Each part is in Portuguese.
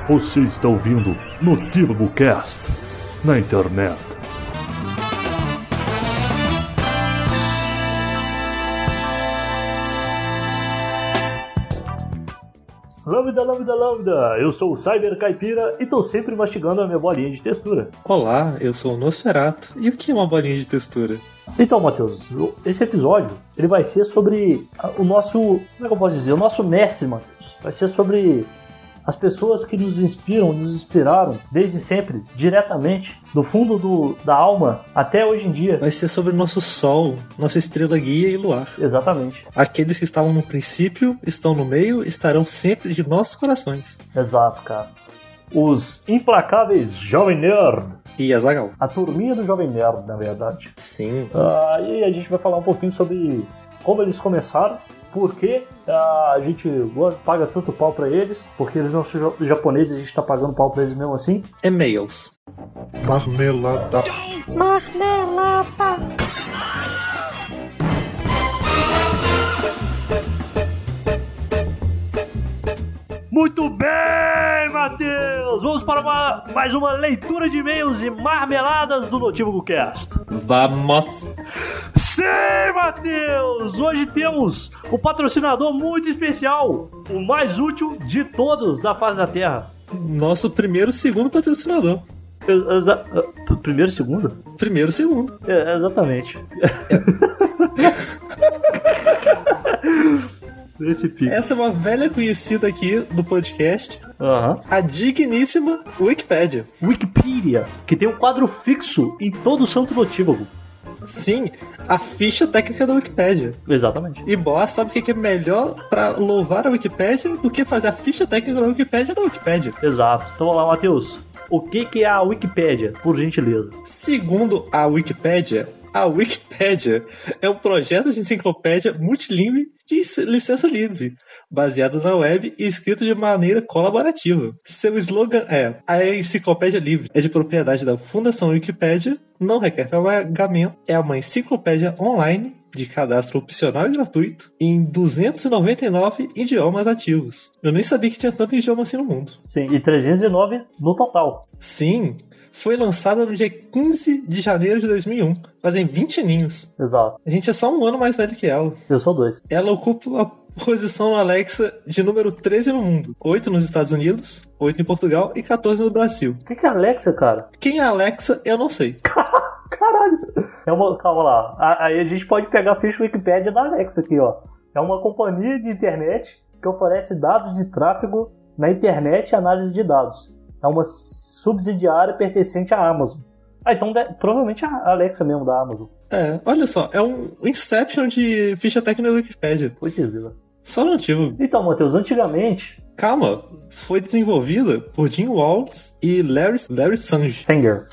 Você está ouvindo Notívago Cast na internet. Lambda, lambda, lambda! Eu sou o Cyber Caipira e tô sempre mastigando a minha bolinha de textura. Olá, eu sou o Nosferatu. E o que é uma bolinha de textura? Então, Matheus, esse episódio ele vai ser sobre o nosso... Como é que eu posso dizer? O nosso mestre, Matheus. Vai ser sobre as pessoas que nos inspiram, nos inspiraram desde sempre, diretamente, do fundo da alma até hoje em dia. Vai ser sobre o nosso Sol, nossa estrela guia e luar. Exatamente. Aqueles que estavam no princípio, estão no meio, estarão sempre de nossos corações. Exato, cara. Os implacáveis Jovem Nerd. E Azaghal. A turminha do Jovem Nerd, na verdade. Sim. E a gente vai falar um pouquinho sobre como eles começaram, por que a gente paga tanto pau pra eles, porque eles não são japoneses e a gente tá pagando pau pra eles mesmo assim. E-mails. Marmelada. Marmelada. Muito bem, Matheus! Vamos para mais uma leitura de e-mails e marmeladas do Notívago Cast. Vamos! Sim, Matheus! Hoje temos um patrocinador muito especial, o mais útil de todos da face da Terra. Nosso segundo patrocinador. Primeiro e segundo? Primeiro e segundo. Exatamente. Esse pico. Essa é uma velha conhecida aqui do podcast. Uhum. A digníssima Wikipédia. Wikipedia, que tem um quadro fixo em todo o santo notívago. Sim, a ficha técnica da Wikipédia. Exatamente. E Boss sabe o que é melhor pra louvar a Wikipédia do que fazer a ficha técnica da Wikipédia. Exato. Então vamos lá, Matheus. O que é a Wikipédia, por gentileza? Segundo a Wikipédia é um projeto de enciclopédia multilingüe de licença livre, baseado na web e escrito de maneira colaborativa. Seu slogan é: a enciclopédia livre é de propriedade da Fundação Wikipédia, não requer pagamento, é uma enciclopédia online de cadastro opcional e gratuito em 299 idiomas ativos. Eu nem sabia que tinha tanto idioma assim no mundo. Sim, e 309 no total. Sim. Foi lançada no dia 15 de janeiro de 2001. Fazem 20 aninhos. Exato. A gente é só um ano mais velho que ela. Eu sou 2. Ela ocupa a posição no Alexa de número 13 no mundo. 8 nos Estados Unidos, 8 em Portugal e 14 no Brasil. O que é Alexa, cara? Quem é Alexa, eu não sei. Caralho. Calma lá. Aí a gente pode pegar a ficha Wikipédia da Alexa aqui, ó. É uma companhia de internet que oferece dados de tráfego na internet e análise de dados. É uma subsidiária pertencente à Amazon. Então provavelmente a Alexa mesmo da Amazon. Olha só, é um Inception de ficha técnica da Wikipédia. Só no antigo. Então, Matheus, antigamente... Calma, foi desenvolvida por Jim Walls e Larry Sanger.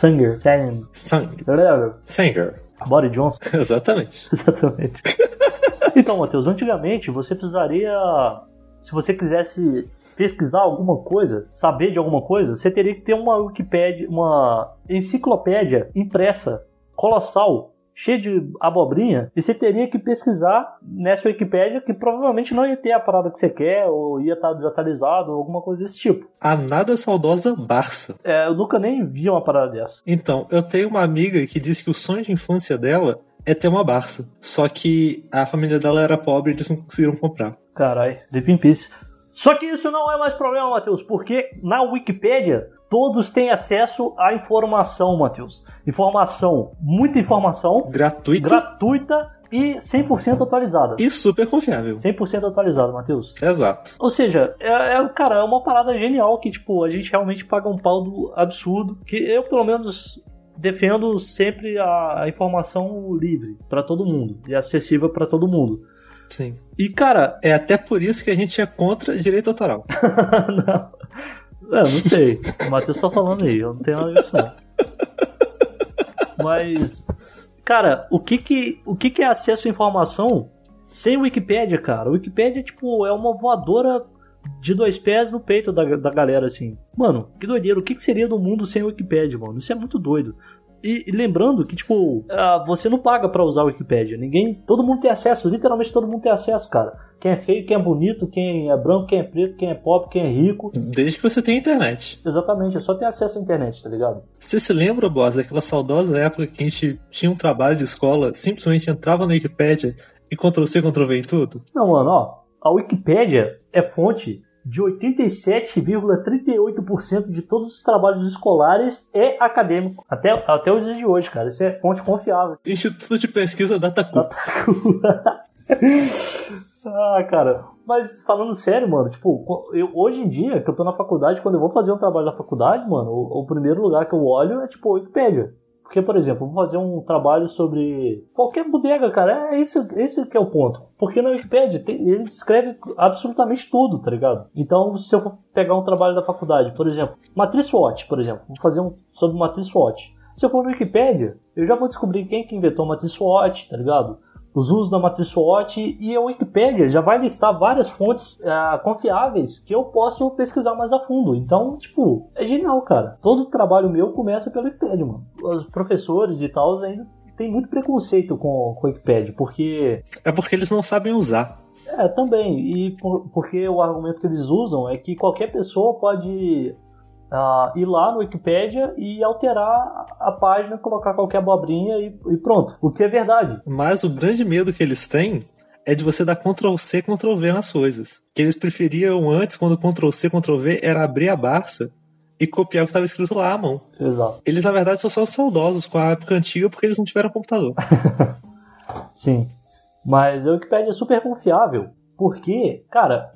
Sanger. Boris Johnson. Exatamente. Então, Matheus, antigamente você precisaria... Se você quisesse pesquisar alguma coisa, saber de alguma coisa, você teria que ter uma Wikipédia, uma enciclopédia impressa, colossal, cheia de abobrinha, e você teria que pesquisar nessa Wikipédia que provavelmente não ia ter a parada que você quer, ou ia estar desatualizado, ou alguma coisa desse tipo. A nada saudosa Barça. Eu nunca nem vi uma parada dessa. Então, eu tenho uma amiga que disse que o sonho de infância dela é ter uma Barça. Só que a família dela era pobre e eles não conseguiram comprar. Carai, de pimpice. Só que isso não é mais problema, Matheus, porque na Wikipédia todos têm acesso à informação, Matheus. Muita informação. Gratuita e 100% atualizada. E super confiável. 100% atualizada, Matheus. Exato. Ou seja, cara, é uma parada genial que, tipo, a gente realmente paga um pau do absurdo. Que eu, pelo menos, defendo sempre a informação livre pra todo mundo e acessível pra todo mundo. Sim. E, cara... É até por isso que a gente é contra direito autoral. Não sei. O Matheus tá falando aí. Eu não tenho nada disso, não. Mas... Cara, o que é acesso à informação sem Wikipédia, cara? Wikipédia, tipo, é uma voadora de 2 pés no peito da galera, assim. Mano, que doideira. O que seria do mundo sem Wikipédia, mano? Isso é muito doido. E lembrando que, tipo, você não paga pra usar a Wikipédia. Todo mundo tem acesso, literalmente todo mundo tem acesso, cara. Quem é feio, quem é bonito, quem é branco, quem é preto, quem é pobre, quem é rico. Desde que você tenha internet. Exatamente, é só ter acesso à internet, tá ligado? Você se lembra, boss, daquela saudosa época que a gente tinha um trabalho de escola, simplesmente entrava na Wikipédia e Ctrl+C, Ctrl+V em tudo? Não, mano, ó, a Wikipédia é fonte de 87,38% de todos os trabalhos escolares é acadêmico. Até os dias de hoje, cara. Isso é fonte confiável. Instituto de Pesquisa Dataku. Cara, mas falando sério, mano, tipo, hoje em dia, que eu tô na faculdade, quando eu vou fazer um trabalho na faculdade, mano, o primeiro lugar que eu olho é, tipo, a Wikipédia. Porque, por exemplo, eu vou fazer um trabalho sobre qualquer bodega, cara, esse que é o ponto. Porque na Wikipédia ele descreve absolutamente tudo, tá ligado? Então, se eu for pegar um trabalho da faculdade, por exemplo, matriz SWOT, por exemplo, vou fazer um sobre matriz SWOT. Se eu for na Wikipédia, eu já vou descobrir quem que inventou a matriz SWOT, tá ligado? Os usos da matriz SWOT, e a Wikipédia já vai listar várias fontes confiáveis que eu posso pesquisar mais a fundo. Então, tipo, é genial, cara. Todo trabalho meu começa pela Wikipédia, mano. Os professores e tal ainda tem muito preconceito com a Wikipédia, porque... É porque eles não sabem usar. Também. E porque o argumento que eles usam é que qualquer pessoa pode... ir lá no Wikipédia e alterar a página, colocar qualquer abobrinha e pronto. O que é verdade. Mas o grande medo que eles têm é de você dar Ctrl+C, Ctrl+V nas coisas. Que eles preferiam antes, quando Ctrl+C, Ctrl+V era abrir a Barça e copiar o que estava escrito lá à mão. Exato. Eles, na verdade, são só saudosos com a época antiga porque eles não tiveram computador. Sim. Mas a Wikipédia é super confiável porque, cara,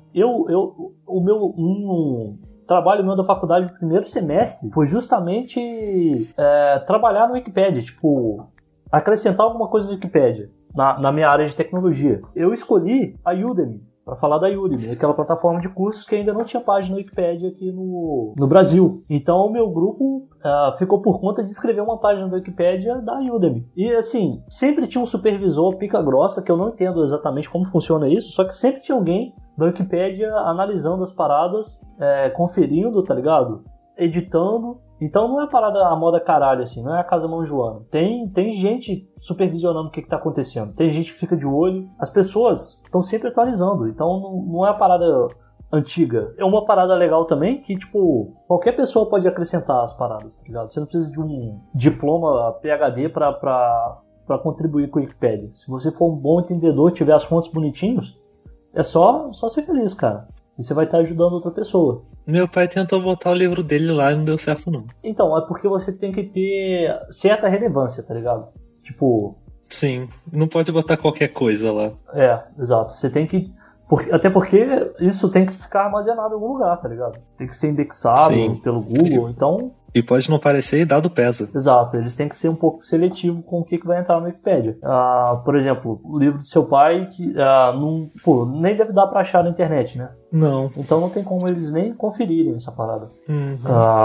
trabalho meu da faculdade no primeiro semestre foi justamente trabalhar no Wikipédia, tipo, acrescentar alguma coisa no Wikipédia, na minha área de tecnologia. Eu escolhi a Udemy, para falar da Udemy, aquela plataforma de cursos que ainda não tinha página no Wikipédia aqui no Brasil. Então o meu grupo ficou por conta de escrever uma página da Wikipédia da Udemy. E assim, sempre tinha um supervisor pica grossa, que eu não entendo exatamente como funciona isso, só que sempre tinha alguém da Wikipédia analisando as paradas, conferindo, tá ligado? Editando. Então não é parada a moda caralho, assim, não é a casa mão Joana. Tem gente supervisionando o que tá acontecendo. Tem gente que fica de olho. As pessoas estão sempre atualizando. Então não é a parada antiga. É uma parada legal também que, tipo, qualquer pessoa pode acrescentar as paradas, tá ligado? Você não precisa de um diploma PhD pra contribuir com a Wikipédia. Se você for um bom entendedor, tiver as fontes bonitinhos, é só ser feliz, cara. E você vai estar ajudando outra pessoa. Meu pai tentou botar o livro dele lá e não deu certo, não. Então, é porque você tem que ter certa relevância, tá ligado? Tipo... Sim, não pode botar qualquer coisa lá. Exato. Você tem que... Até porque isso tem que ficar armazenado em algum lugar, tá ligado? Tem que ser indexado pelo Google, então... E pode não aparecer e dado pesa. Exato, eles têm que ser um pouco seletivos com o que vai entrar na Wikipédia. Por exemplo, o livro do seu pai, que nem deve dar pra achar na internet, né? Não. Então não tem como eles nem conferirem essa parada. Uhum.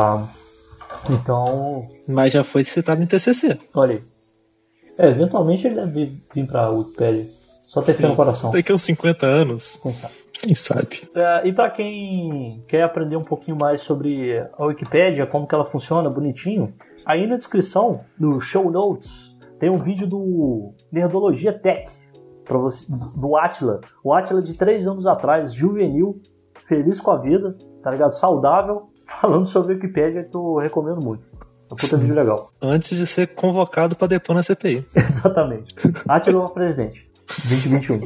Então... Mas já foi citado em TCC. Olha aí. Eventualmente ele deve vir pra Wikipédia. Só ter fé no coração. Daqui a uns 50 anos. Quem sabe? E pra quem quer aprender um pouquinho mais sobre a Wikipédia, como que ela funciona, bonitinho, aí na descrição, no show notes, tem um vídeo do Nerdologia Tech, pra você, do Átila. O Átila de 3 anos atrás, juvenil, feliz com a vida, tá ligado? Saudável, falando sobre a Wikipédia, que eu recomendo muito. É um puta vídeo legal. Antes de ser convocado pra depor na CPI. Exatamente. Átila presidente. 2021.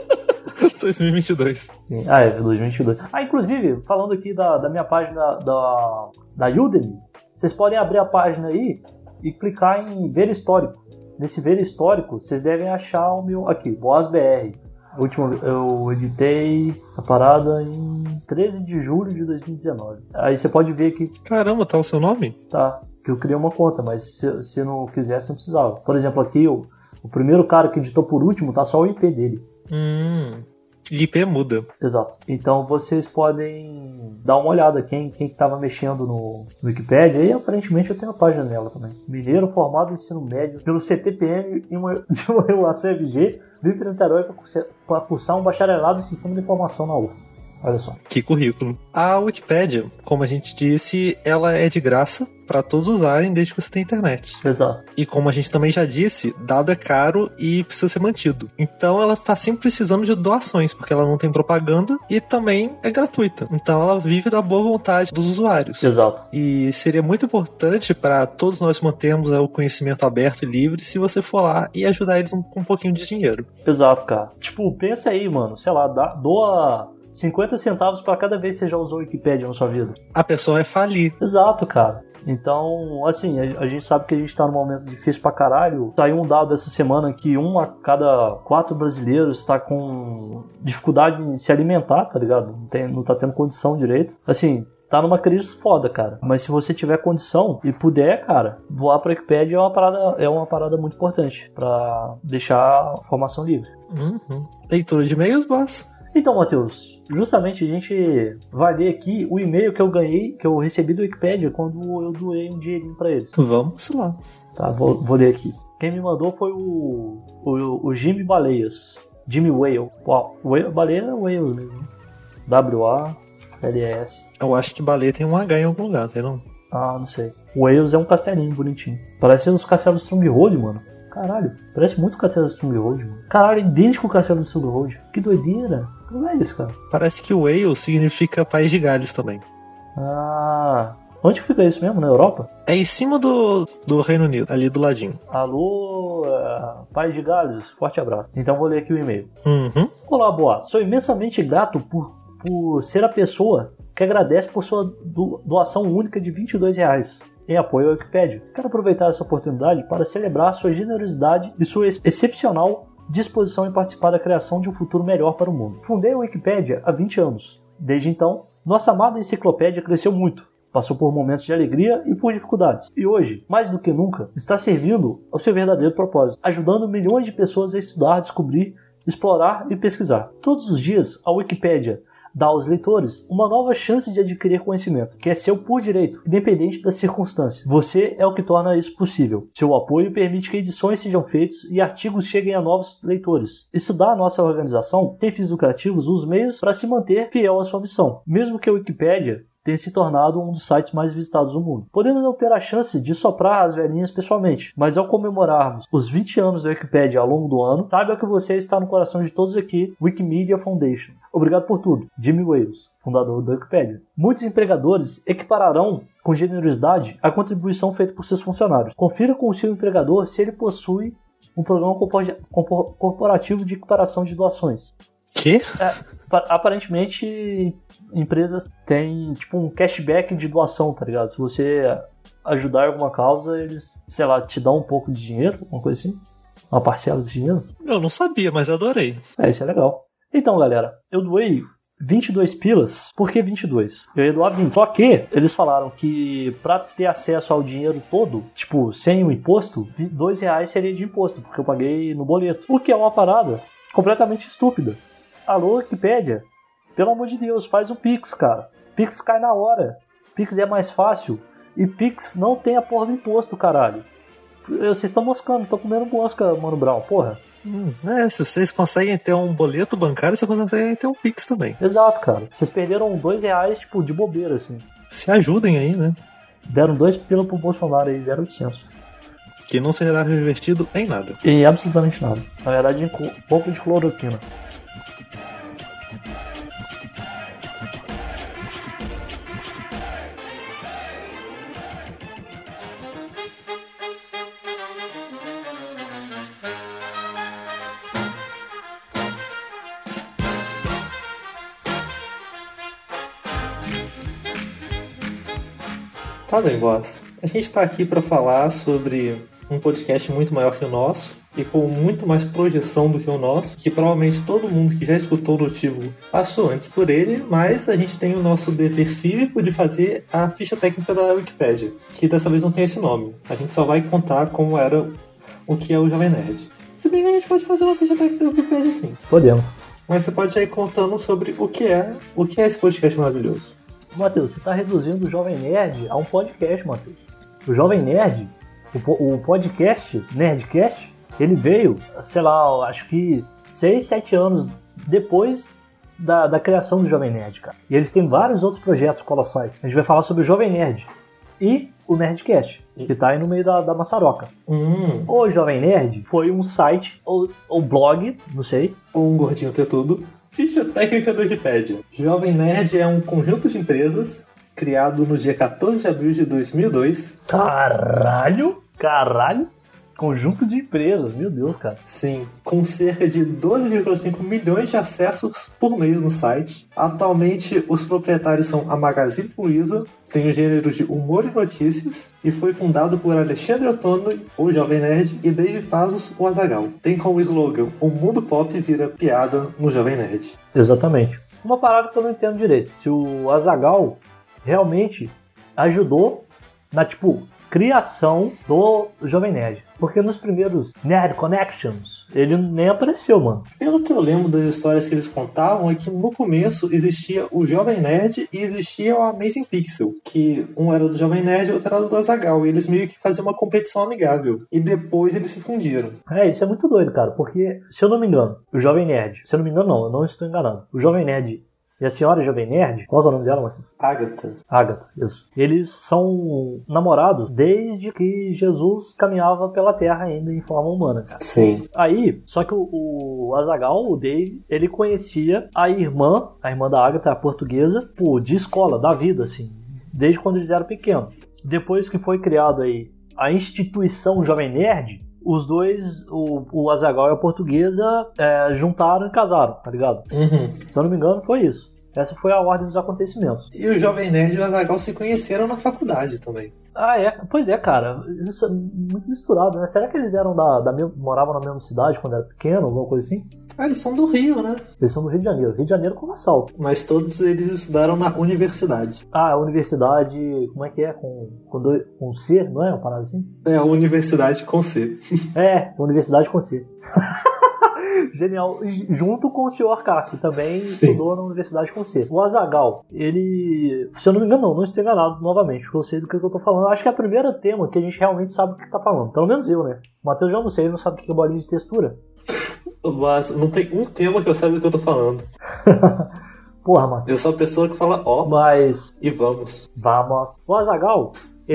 2022. Sim. 2022. Inclusive, falando aqui da minha página da Udemy, vocês podem abrir a página aí e clicar em ver histórico. Nesse ver histórico, vocês devem achar o meu... Aqui, BoasBR. Eu editei essa parada em 13 de julho de 2019. Aí você pode ver que... Caramba, tá o seu nome? Tá, que eu criei uma conta, mas se não quisesse, não precisava. Por exemplo, aqui, o primeiro cara que editou por último, tá só o IP dele. IP muda. Exato. Então vocês podem dar uma olhada quem estava mexendo no Wikipédia, e aparentemente eu tenho a página nela também. Mineiro formado em ensino médio pelo CTPM de uma UFG, veio para Niterói para cursar um bacharelado em sistema de informação na UF. Olha só. Que currículo. A Wikipédia, como a gente disse, ela é de graça para todos usarem desde que você tem internet. Exato. E como a gente também já disse, dado é caro e precisa ser mantido. Então ela está sempre precisando de doações, porque ela não tem propaganda e também é gratuita. Então ela vive da boa vontade dos usuários. Exato. E seria muito importante para todos nós mantermos o conhecimento aberto e livre se você for lá e ajudar eles com um pouquinho de dinheiro. Exato, cara. Tipo, pensa aí, mano. Sei lá, doa 50 centavos para cada vez que você já usou a Wikipédia na sua vida. A pessoa vai falir. Exato, cara. Então, assim, a gente sabe que a gente tá num momento difícil pra caralho. Saiu um dado essa semana que 1 a cada 4 brasileiros tá com dificuldade em se alimentar, tá ligado? Não tá tendo condição direito. Assim, tá numa crise foda, cara. Mas se você tiver condição e puder, cara, doar pra Wikipédia é uma parada muito importante pra deixar a formação livre. Leitura de e-mails, boss. Então, Matheus, justamente a gente vai ler aqui o e-mail que eu ganhei, que eu recebi do Wikipédia quando eu doei um dinheirinho pra eles. Vamos lá. Tá, vou ler aqui. Quem me mandou foi o Jimmy Baleias. Jimmy Whale. Uau, baleia é Whale mesmo. W-A-L-E-S. Eu acho que baleia tem um H em algum lugar, tem não? Ah, não sei. Wales é um castelinho bonitinho. Parece os castelos do Stronghold, mano. Caralho, parece muito o castelo do Stronghold, mano. Caralho, idêntico ao castelo do Stronghold. Que doideira. Como é isso, cara? Parece que Wales significa País de Gales também. Ah, onde fica isso mesmo? Na Europa? É em cima do Reino Unido, ali do ladinho. Alô, País de Gales, forte abraço. Então vou ler aqui o e-mail. Olá, Boa. Sou imensamente grato por ser a pessoa que agradece por sua doação única de R$22 em apoio à Wikipédia. Quero aproveitar essa oportunidade para celebrar sua generosidade e sua excepcional disposição em participar da criação de um futuro melhor para o mundo. Fundei a Wikipédia há 20 anos. Desde então, nossa amada enciclopédia cresceu muito. Passou por momentos de alegria e por dificuldades. E hoje, mais do que nunca, está servindo ao seu verdadeiro propósito, ajudando milhões de pessoas a estudar, descobrir, explorar e pesquisar. Todos os dias, a Wikipédia dá aos leitores uma nova chance de adquirir conhecimento, que é seu por direito, independente das circunstâncias. Você é o que torna isso possível. Seu apoio permite que edições sejam feitas e artigos cheguem a novos leitores. Isso dá à nossa organização, sem fins lucrativos, os meios para se manter fiel à sua missão, mesmo que a Wikipédia tenha se tornado um dos sites mais visitados do mundo. Podemos não ter a chance de soprar as velhinhas pessoalmente, mas ao comemorarmos os 20 anos da Wikipédia ao longo do ano, saiba que você está no coração de todos aqui, Wikimedia Foundation. Obrigado por tudo. Jimmy Wales, fundador da Wikipédia. Muitos empregadores equipararão com generosidade a contribuição feita por seus funcionários. Confira com o seu empregador se ele possui um programa corporativo de equiparação de doações. Que? Aparentemente, empresas têm tipo um cashback de doação, tá ligado? Se você ajudar em alguma causa, eles, sei lá, te dão um pouco de dinheiro, uma coisa assim, uma parcela de dinheiro. Eu não sabia, mas eu adorei. Isso é legal. Então, galera, eu doei 22 pilas. Por que 22? Eu ia doar 20. Só que eles falaram que pra ter acesso ao dinheiro todo, tipo, sem o imposto, R$2 seria de imposto, porque eu paguei no boleto. O que é uma parada completamente estúpida. Alô, Wikipédia? Pelo amor de Deus, faz o Pix, cara. Pix cai na hora. Pix é mais fácil. E Pix não tem a porra do imposto, caralho. Vocês estão moscando, estão comendo mosca, Mano Brown, porra. Se vocês conseguem ter um boleto bancário, vocês conseguem ter um Pix também. Exato, cara. Vocês perderam R$2, tipo, de bobeira, assim. Se ajudem aí, né? Deram 2 pila pro Bolsonaro aí, 0,800. Que não será revertido em nada. Em absolutamente nada. Na verdade, em pouco de cloroquina. Tá bem, boss. A gente tá aqui pra falar sobre um podcast muito maior que o nosso e com muito mais projeção do que o nosso, que provavelmente todo mundo que já escutou o Notivo passou antes por ele, mas a gente tem o nosso dever cívico de fazer a ficha técnica da Wikipédia, que dessa vez não tem esse nome. A gente só vai contar como era o que é o Jovem Nerd. Se bem que a gente pode fazer uma ficha técnica da Wikipédia sim. Podemos. Mas você pode ir contando sobre o que é esse podcast maravilhoso. Matheus, você está reduzindo o Jovem Nerd a um podcast, Matheus. O Jovem Nerd, o podcast, Nerdcast, ele veio, sei lá, acho que 6, 7 anos depois da criação do Jovem Nerd, cara. E eles têm vários outros projetos colossais. A gente vai falar sobre o Jovem Nerd e o Nerdcast, que tá aí no meio da maçaroca. O Jovem Nerd foi um site, ou blog, não sei. Um gordinho ter tudo. Ficha técnica do Wikipedia. Jovem Nerd é um conjunto de empresas criado no dia 14 de abril de 2002. Caralho! Conjunto de empresas, meu Deus, cara. Sim, com cerca de 12,5 milhões de acessos por mês no site. Atualmente, os proprietários são a Magazine Luiza, tem o gênero de humor e notícias, e foi fundado por Alexandre Ottoni, o Jovem Nerd, e Dave Pazos, o Azaghal. Tem como slogan: o mundo pop vira piada no Jovem Nerd. Exatamente. Uma parada que eu não entendo direito. Se o Azaghal realmente ajudou na, criação do Jovem Nerd. Porque nos primeiros Nerd Connections, ele nem apareceu, mano. Pelo que eu lembro das histórias que eles contavam, é que no começo existia o Jovem Nerd e existia o Amazing Pixel, que um era do Jovem Nerd e outro era do Azaghal, e eles meio que faziam uma competição amigável. E depois eles se fundiram. Isso é muito doido, cara, porque, se eu não me engano, o Jovem Nerd, se eu não me engano não, eu não estou enganando, o Jovem Nerd e a senhora Jovem Nerd, qual é o nome dela, Marcos? Agatha, isso. Eles são namorados desde que Jesus caminhava pela Terra ainda em forma humana, cara. Sim. Aí, só que o Azaghal, o Dave, ele conhecia a irmã da Agatha, a portuguesa, de escola, da vida, assim, desde quando eles eram pequenos. Depois que foi criado aí a instituição Jovem Nerd, os dois, o Azaghal e a portuguesa, juntaram e casaram, tá ligado? Se eu não me engano, foi isso. Essa foi a ordem dos acontecimentos. E o Jovem Nerd e o Azaghal se conheceram na faculdade também. Pois é, cara. Isso é muito misturado, né? Será que eles eram moravam na mesma cidade quando era pequeno, alguma coisa assim? Eles são do Rio, né? Eles são do Rio de Janeiro. Rio de Janeiro com assalto. Mas todos eles estudaram na universidade. A universidade, como é que é? Com C, não é uma parada assim? É, a universidade com C. Universidade com C. Genial. Junto com o Sr. K, que também estudou na Universidade com C. O Azaghal, ele... Se eu não me engano, não estou enganado novamente, porque eu sei do que eu tô falando. Eu acho que é o primeiro tema que a gente realmente sabe o que tá falando. Pelo menos eu, né? O Matheus já não sei, ele não sabe o que é bolinha de textura. Mas não tem um tema que eu saiba do que eu tô falando. Porra, Matheus. Eu sou a pessoa que fala e vamos. O Azaghal,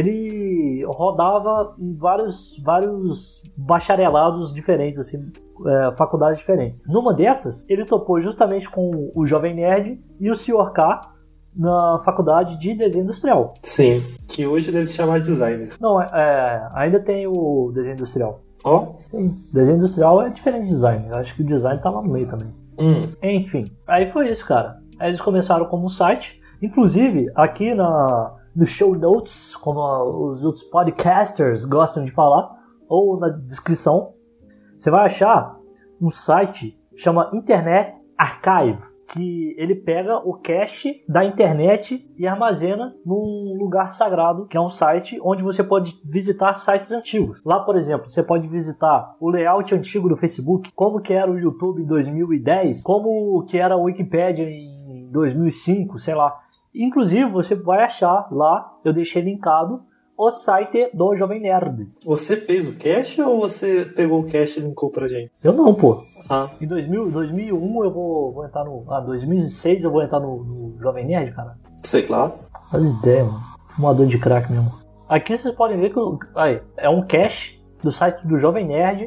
ele rodava em vários bacharelados diferentes, assim, faculdades diferentes. Numa dessas, ele topou justamente com o Jovem Nerd e o Sr. K na faculdade de desenho industrial. Sim, que hoje deve se chamar designer. Não, ainda tem o desenho industrial. Sim, desenho industrial é diferente de design. Eu acho que o design tá lá no meio também. Enfim, aí foi isso, cara. Aí eles começaram como um site. Inclusive, aqui no show notes, como os outros podcasters gostam de falar, ou na descrição, você vai achar um site chama Internet Archive, que ele pega o cache da internet e armazena num lugar sagrado, que é um site onde você pode visitar sites antigos. Lá, por exemplo, você pode visitar o layout antigo do Facebook, como que era o YouTube em 2010, como que era a Wikipedia em 2005, sei lá. Inclusive, você vai achar lá, eu deixei linkado, o site do Jovem Nerd. Você fez o cache ou você pegou o cache e linkou pra gente? Eu não, pô. Ah. Em 2001 eu vou entrar no... 2006 eu vou entrar no Jovem Nerd, cara. Sei lá. Faz ideia, mano. Fumador de crack mesmo. Aqui vocês podem ver que... é um cache do site do Jovem Nerd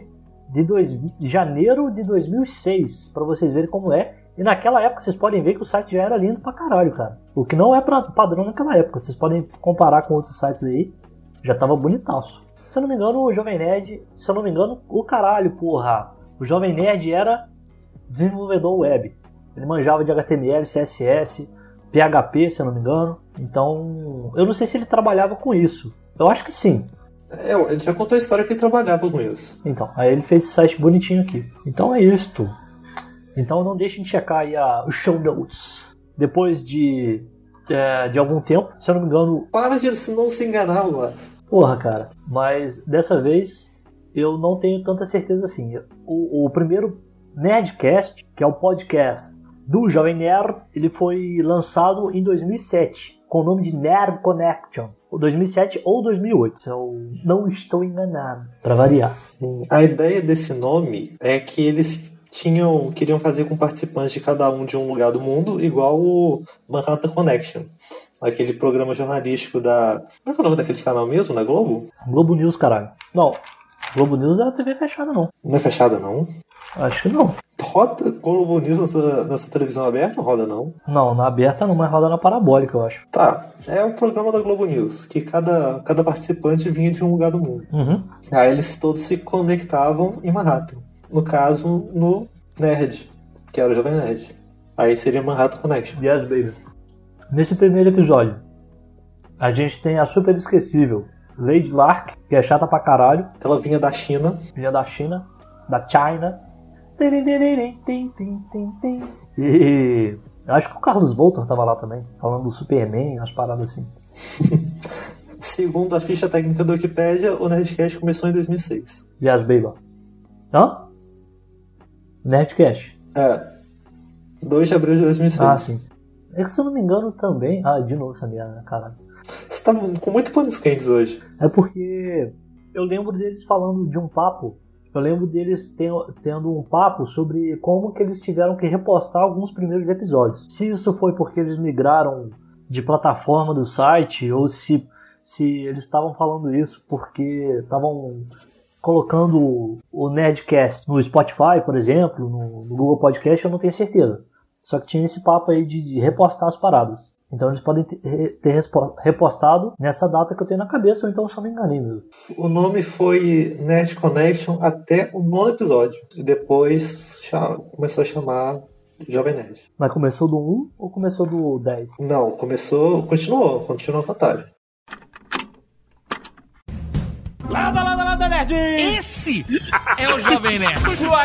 de janeiro de 2006. Pra vocês verem como é. E naquela época vocês podem ver que o site já era lindo pra caralho, cara. O que não é padrão naquela época. Vocês podem comparar com outros sites aí. Já tava bonitaço. Se eu não me engano, o Jovem Nerd... Se eu não me engano, o caralho, porra. O Jovem Nerd era desenvolvedor web. Ele manjava de HTML, CSS, PHP, se eu não me engano. Então, eu não sei se ele trabalhava com isso. Eu acho que sim. Ele já contou a história que ele trabalhava com isso. Então, aí ele fez esse site bonitinho aqui. Então é isto. Então não deixem de checar aí os show notes. Depois de algum tempo, se eu não me engano... Para de não se enganar, Luas. Porra, cara. Mas dessa vez eu não tenho tanta certeza assim. O primeiro Nerdcast, que é o podcast do Jovem Nerd, ele foi lançado em 2007, com o nome de Nerd Connection. 2007 ou 2008, se eu não estou enganado, pra variar. Sim. A ideia desse nome é que eles queriam fazer com participantes de cada um de um lugar do mundo, igual o Manhattan Connection. Aquele programa jornalístico da... Como é que é o nome daquele canal mesmo, na Globo? Globo News, caralho. Não, Globo News é TV fechada, não. Não é fechada, não? Acho que não. Roda Globo News na sua televisão aberta? Roda, não? Não, na aberta não, mas roda na parabólica, eu acho. Tá, é o programa da Globo News, que cada participante vinha de um lugar do mundo. Uhum. Aí eles todos se conectavam em Manhattan. No caso, no Nerd, que era o Jovem Nerd. Aí seria Manhattan Connection. Yes, baby. Nesse primeiro episódio, a gente tem a super esquecível Lady Lark, que é chata pra caralho. Ela vinha da China. Vinha da China, da China. E acho que o Carlos Voltor tava lá também, falando do Superman, umas paradas assim. Segundo a ficha técnica do Wikipedia, o Nerdcast começou em 2006. Yes, baby. Hã? Nerdcast. 2 de abril de 2006. Ah, sim. É que se eu não me engano também... Ah, de novo essa merda, caralho. Você tá com muito panos quentes hoje. É porque eu lembro deles falando de um papo. Eu lembro deles tendo um papo sobre como que eles tiveram que repostar alguns primeiros episódios. Se isso foi porque eles migraram de plataforma do site, ou se eles estavam falando isso porque estavam colocando o Nerdcast no Spotify, por exemplo, no Google Podcast, eu não tenho certeza. Só que tinha esse papo aí de repostar as paradas. Então eles podem ter repostado nessa data que eu tenho na cabeça, ou então eu só me enganei mesmo. O nome foi Nerd Connection até o 9º episódio. E depois começou a chamar Jovem Nerd. Mas começou do 1 ou começou do 10? Não, continuou a contagem. Lada, Nerd! Esse é o Jovem Nerd.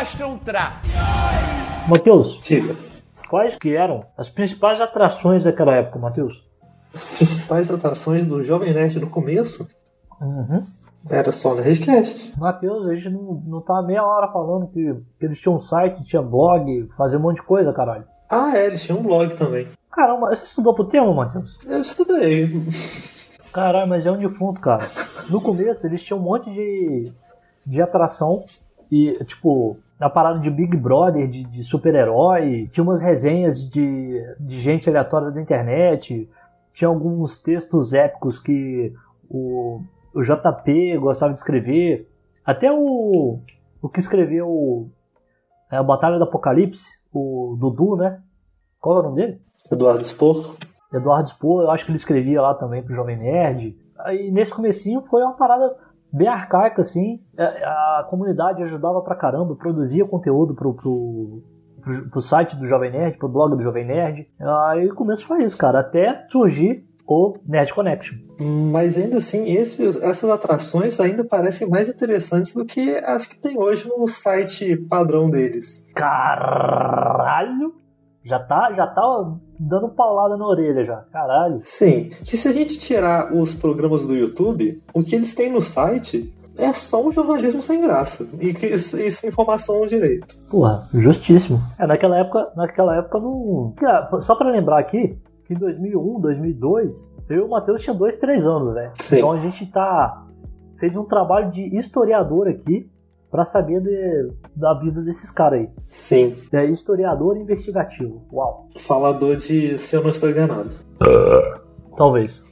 Matheus, Diga. quais que eram as principais atrações daquela época, Matheus? As principais atrações do Jovem Nerd no começo Uhum. era só o Nerdcast. Matheus, a gente não tá meia hora falando que eles tinham um site, tinha blog, fazia um monte de coisa, caralho. Eles tinham um blog também. Caramba, você estudou pro tema, Matheus? Eu estudei. Caralho, mas é um defunto, cara. No começo eles tinham um monte de atração e, tipo, na parada de Big Brother, de super-herói, tinha umas resenhas de gente aleatória da internet, tinha alguns textos épicos que o JP gostava de escrever, até o que escreveu a Batalha do Apocalipse, o Dudu, né? Qual é o nome dele? Eduardo Spor. Eduardo Spor, eu acho que ele escrevia lá também pro Jovem Nerd. Aí nesse comecinho foi uma parada bem arcaica, assim. A comunidade ajudava pra caramba, produzia conteúdo pro site do Jovem Nerd, pro blog do Jovem Nerd. Aí o começo foi isso, cara, até surgir o Nerd Connection. Mas ainda assim, essas atrações ainda parecem mais interessantes do que as que tem hoje no site padrão deles. Caralho! Já tá dando paulada na orelha já, caralho. Sim, que se a gente tirar os programas do YouTube, o que eles têm no site é só um jornalismo sem graça e sem informação direito. Porra, justíssimo. Naquela época não... Só pra lembrar aqui, que em 2001, 2002, eu e o Matheus tinha 2, 3 anos, né? Sim. Então a gente fez um trabalho de historiador aqui pra saber da vida desses caras aí. Sim. É historiador investigativo. Uau. Falador de Se Eu Não Estou Enganado. Talvez.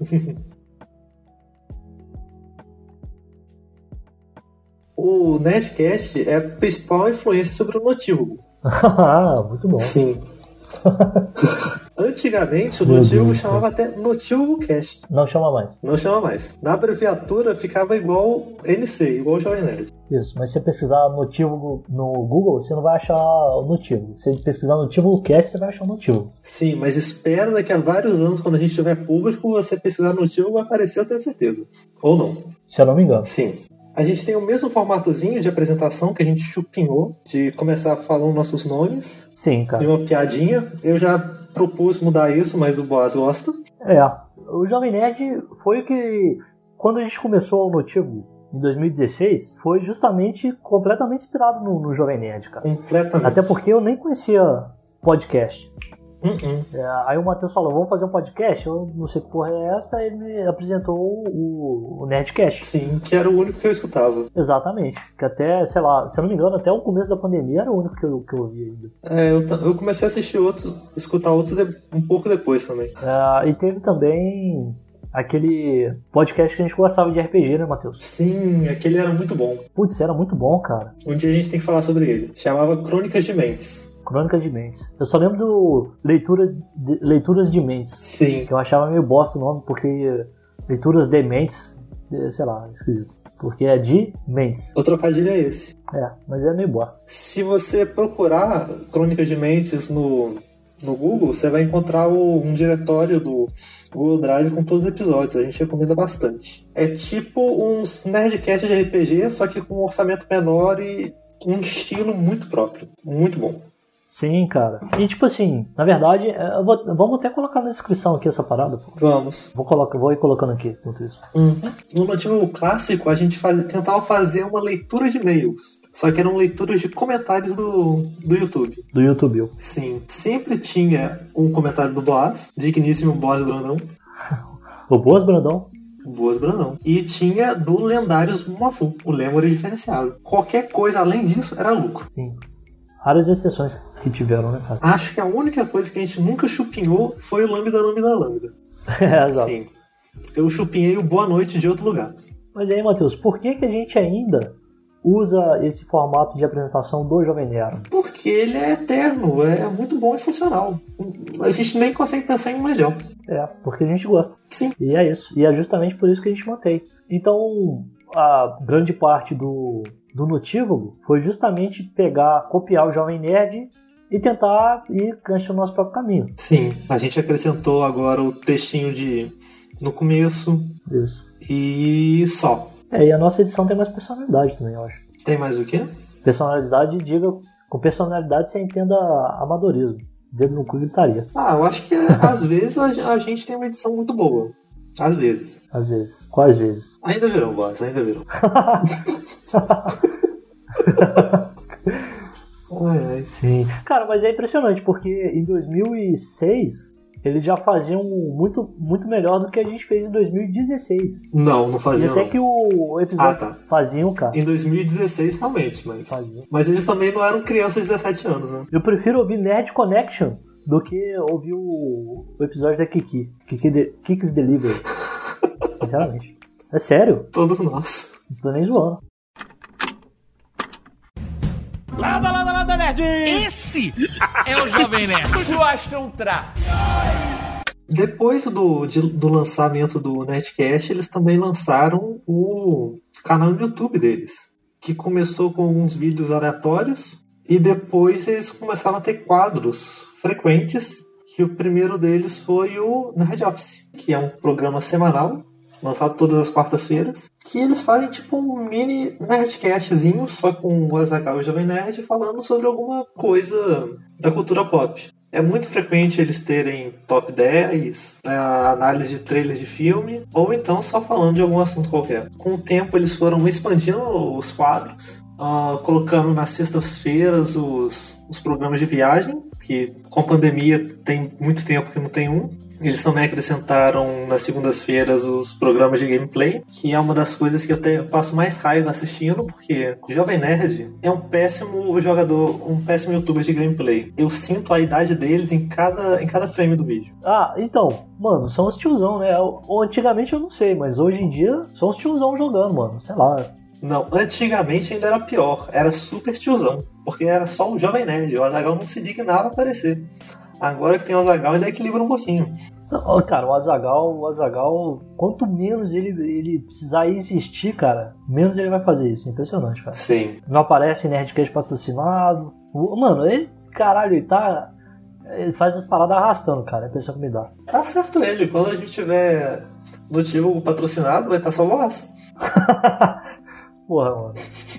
O Nerdcast é a principal influência sobre o Notívago. Muito bom. Sim. Antigamente o Meu Notívago Deus, chamava até NotívagoCast. Não chama mais. Não chama mais. Na abreviatura ficava igual NC, igual o Jovem Nerd. Isso, mas se você pesquisar Notívago no Google, você não vai achar o Notívago. Se você pesquisar Notívago Cast, você vai achar o Notívago. Sim, mas espera daqui a vários anos, quando a gente tiver público, você pesquisar Notívago vai aparecer, eu tenho certeza. Ou não. Se eu não me engano. Sim. A gente tem o mesmo formatozinho de apresentação que a gente chupinhou, de começar falando nossos nomes. Sim, cara. E uma piadinha. Eu já propus mudar isso, mas o Boaz gosta. O Jovem Nerd foi o que, quando a gente começou o Notívago, em 2016, foi justamente completamente inspirado no Jovem Nerd, cara. Completamente. Até porque eu nem conhecia podcast. Aí o Matheus falou, vamos fazer um podcast? Eu não sei que porra é essa, ele me apresentou o Nerdcast. Sim, que era o único que eu escutava. Exatamente, que até, sei lá, se eu não me engano, até o começo da pandemia era o único que eu ouvia ainda. Eu comecei a assistir outros, escutar outros um pouco depois também. E teve também aquele podcast que a gente gostava de RPG, né, Matheus? Sim, aquele era muito bom. Putz, era muito bom, cara. Um dia a gente tem que falar sobre ele. Chamava Crônicas de Mentes. Crônicas de Mentes. Eu só lembro do Leituras de Mentes. Sim. Que eu achava meio bosta o nome, porque Leituras de Mentes, sei lá, esquisito. Porque é de Mentes. O trocadilho é esse. Mas é meio bosta. Se você procurar Crônicas de Mentes no Google, você vai encontrar um diretório do Google Drive com todos os episódios. A gente recomenda bastante. É tipo uns Nerdcast de RPG, só que com um orçamento menor e um estilo muito próprio. Muito bom. Sim, cara. E tipo assim, na verdade, vamos até colocar na descrição aqui essa parada. Pô. Vamos. Vou ir colocando aqui, enquanto isso. No Notívago clássico, a gente tentava fazer uma leitura de e-mails. Só que eram leituras de comentários do YouTube. Do YouTube. Sim. Sempre tinha um comentário do Boaz, digníssimo Boaz Brandão. O Boaz Brandão. Boas Brandão. E tinha do Lendários Mumafu, o Lemuri diferenciado. Qualquer coisa além disso era lucro. Sim. Raras exceções que tiveram, né, cara? Acho que a única coisa que a gente nunca chupinhou foi o Lambda. Exato. Sim. Eu chupinhei o Boa Noite de outro lugar. Mas aí, Matheus, por que a gente ainda usa esse formato de apresentação do Jovem Nerd? Porque ele é eterno, é muito bom e funcional. A gente nem consegue pensar em um melhor. Porque a gente gosta. Sim. E é isso. E é justamente por isso que a gente mantém. Então, a grande parte do Notívago foi justamente copiar o Jovem Nerd e tentar ir canchando o nosso próprio caminho. Sim, a gente acrescentou agora o textinho no começo. Isso. E só. E a nossa edição tem mais personalidade também, eu acho. Tem mais o quê? Personalidade, com personalidade você entenda amadorismo. Dedo no cu e gritaria. Eu acho que às vezes a gente tem uma edição muito boa. Às vezes. Às vezes. Quais vezes? Ainda virão, Boss, ainda virão. Ai. Sim. Cara, mas é impressionante, porque em 2006 eles já faziam muito, muito melhor do que a gente fez em 2016. Não faziam. E até que o episódio faziam, cara. Em 2016, realmente, mas eles também não eram crianças de 17 anos, né? Eu prefiro ouvir Nerd Connection do que ouvir o episódio da Kiki's Delivery. Sinceramente. É sério. Todos nós. Não tô nem zoando. Lada, nerd! Esse é o Jovem Nerd. Crostrontra. Depois do lançamento do Nerdcast, eles também lançaram o canal no YouTube deles, que começou com uns vídeos aleatórios e depois eles começaram a ter quadros frequentes, que o primeiro deles foi o Nerd Office, que é um programa semanal lançado todas as quartas-feiras, que eles fazem tipo um mini nerdcastzinho, só com o Azaghal e o Jovem Nerd falando sobre alguma coisa da cultura pop. É muito frequente eles terem top 10, análise de trailers de filme, ou então só falando de algum assunto qualquer. Com o tempo eles foram expandindo os quadros, colocando nas sextas-feiras os programas de viagem, que com a pandemia tem muito tempo que não tem um. Eles também acrescentaram nas segundas-feiras os programas de gameplay, que é uma das coisas que eu passo mais raiva assistindo, porque o Jovem Nerd é um péssimo jogador, um péssimo youtuber de gameplay. Eu sinto a idade deles em cada frame do vídeo. Então, mano, são os tiozão, né? Antigamente eu não sei, mas hoje em dia são os tiozão jogando, mano. Sei lá. Não, antigamente ainda era pior. Era super tiozão, porque era só o Jovem Nerd. O Azaghal não se dignava a aparecer. Agora que tem o Azaghal, ainda equilibra um pouquinho. Cara, o Azaghal, quanto menos ele precisar insistir, cara, menos ele vai fazer isso. Impressionante, cara. Sim. Não aparece em Nerdcast patrocinado. Mano, ele faz as paradas arrastando, cara. É a impressão que me dá. Tá certo ele. Quando a gente tiver Notívago patrocinado, vai estar só o Boaz. Porra, mano.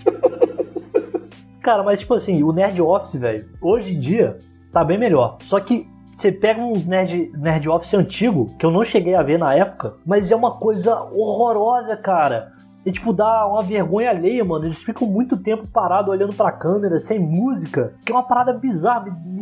Cara, mas tipo assim, o Nerd Office, velho, hoje em dia tá bem melhor. Só que você pega uns Nerd Office antigo, que eu não cheguei a ver na época, mas é uma coisa horrorosa, cara. E tipo, dá uma vergonha alheia, mano. Eles ficam muito tempo parados olhando pra câmera, sem música, que é uma parada bizarra.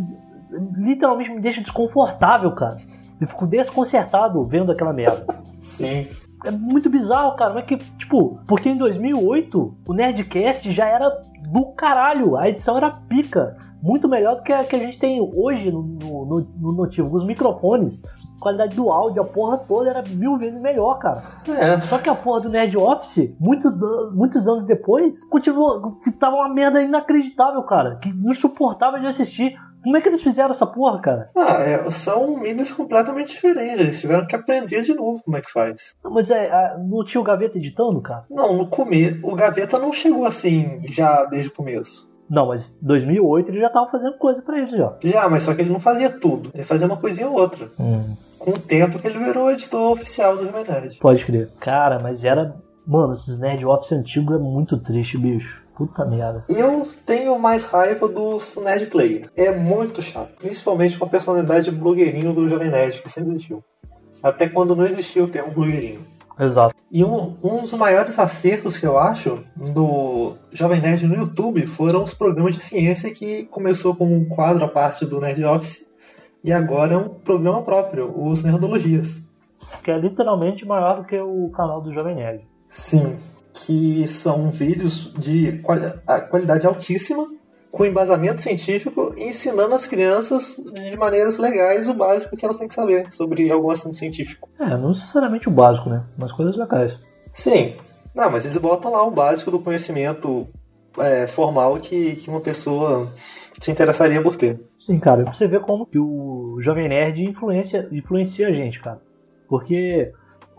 literalmente me deixa desconfortável, cara. Eu fico desconcertado vendo aquela merda. Sim. É muito bizarro, cara. Mas que, tipo, porque em 2008 o Nerdcast já era do caralho. A edição era pica. Muito melhor do que a gente tem hoje no Notivo. Os microfones, a qualidade do áudio, a porra toda era 1000 vezes melhor, cara. Só que a porra do Nerd Office, muitos anos depois, continuou. Tava uma merda inacreditável, cara. Que insuportável de assistir. Como é que eles fizeram essa porra, cara? São mídias completamente diferentes. Eles tiveram que aprender de novo como é que faz. Não, mas não tinha o Gaveta editando, cara? Não, no começo. O Gaveta não chegou assim já desde o começo. Não, mas em 2008 ele já tava fazendo coisa pra eles já. Já, mas só que ele não fazia tudo. Ele fazia uma coisinha ou outra. Com o tempo que ele virou editor oficial do Jovem Nerd. Pode crer. Cara, mas era... Mano, esses Nerd Office antigos é muito triste, bicho. Puta merda. Eu tenho mais raiva dos Nerd Player. É muito chato. Principalmente com a personalidade blogueirinho do Jovem Nerd, que sempre existiu. Até quando não existia o termo blogueirinho. Exato. E um dos maiores acertos que eu acho do Jovem Nerd no YouTube foram os programas de ciência, que começou como um quadro à parte do Nerd Office e agora é um programa próprio, os Nerdologias. Que é literalmente maior do que o canal do Jovem Nerd. Sim, que são vídeos de qualidade altíssima, com embasamento científico, ensinando as crianças de maneiras legais o básico que elas têm que saber sobre algum assunto científico. Não necessariamente o básico, né? Mas coisas legais. Sim. Não, mas eles botam lá o básico do conhecimento formal que uma pessoa se interessaria por ter. Sim, cara. Você vê como que o Jovem Nerd influencia a gente, cara. Porque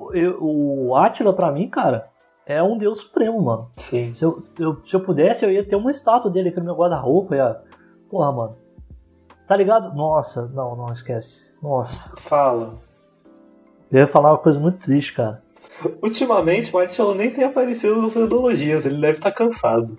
o Átila, pra mim, cara, é um deus supremo, mano. Sim. Se eu pudesse, eu ia ter uma estátua dele aqui no meu guarda-roupa. Porra, mano. Tá ligado? Nossa, não esquece. Nossa. Fala. Eu ia falar uma coisa muito triste, cara. Ultimamente, o Átila nem tem aparecido nas Nerdologias. Ele deve estar cansado.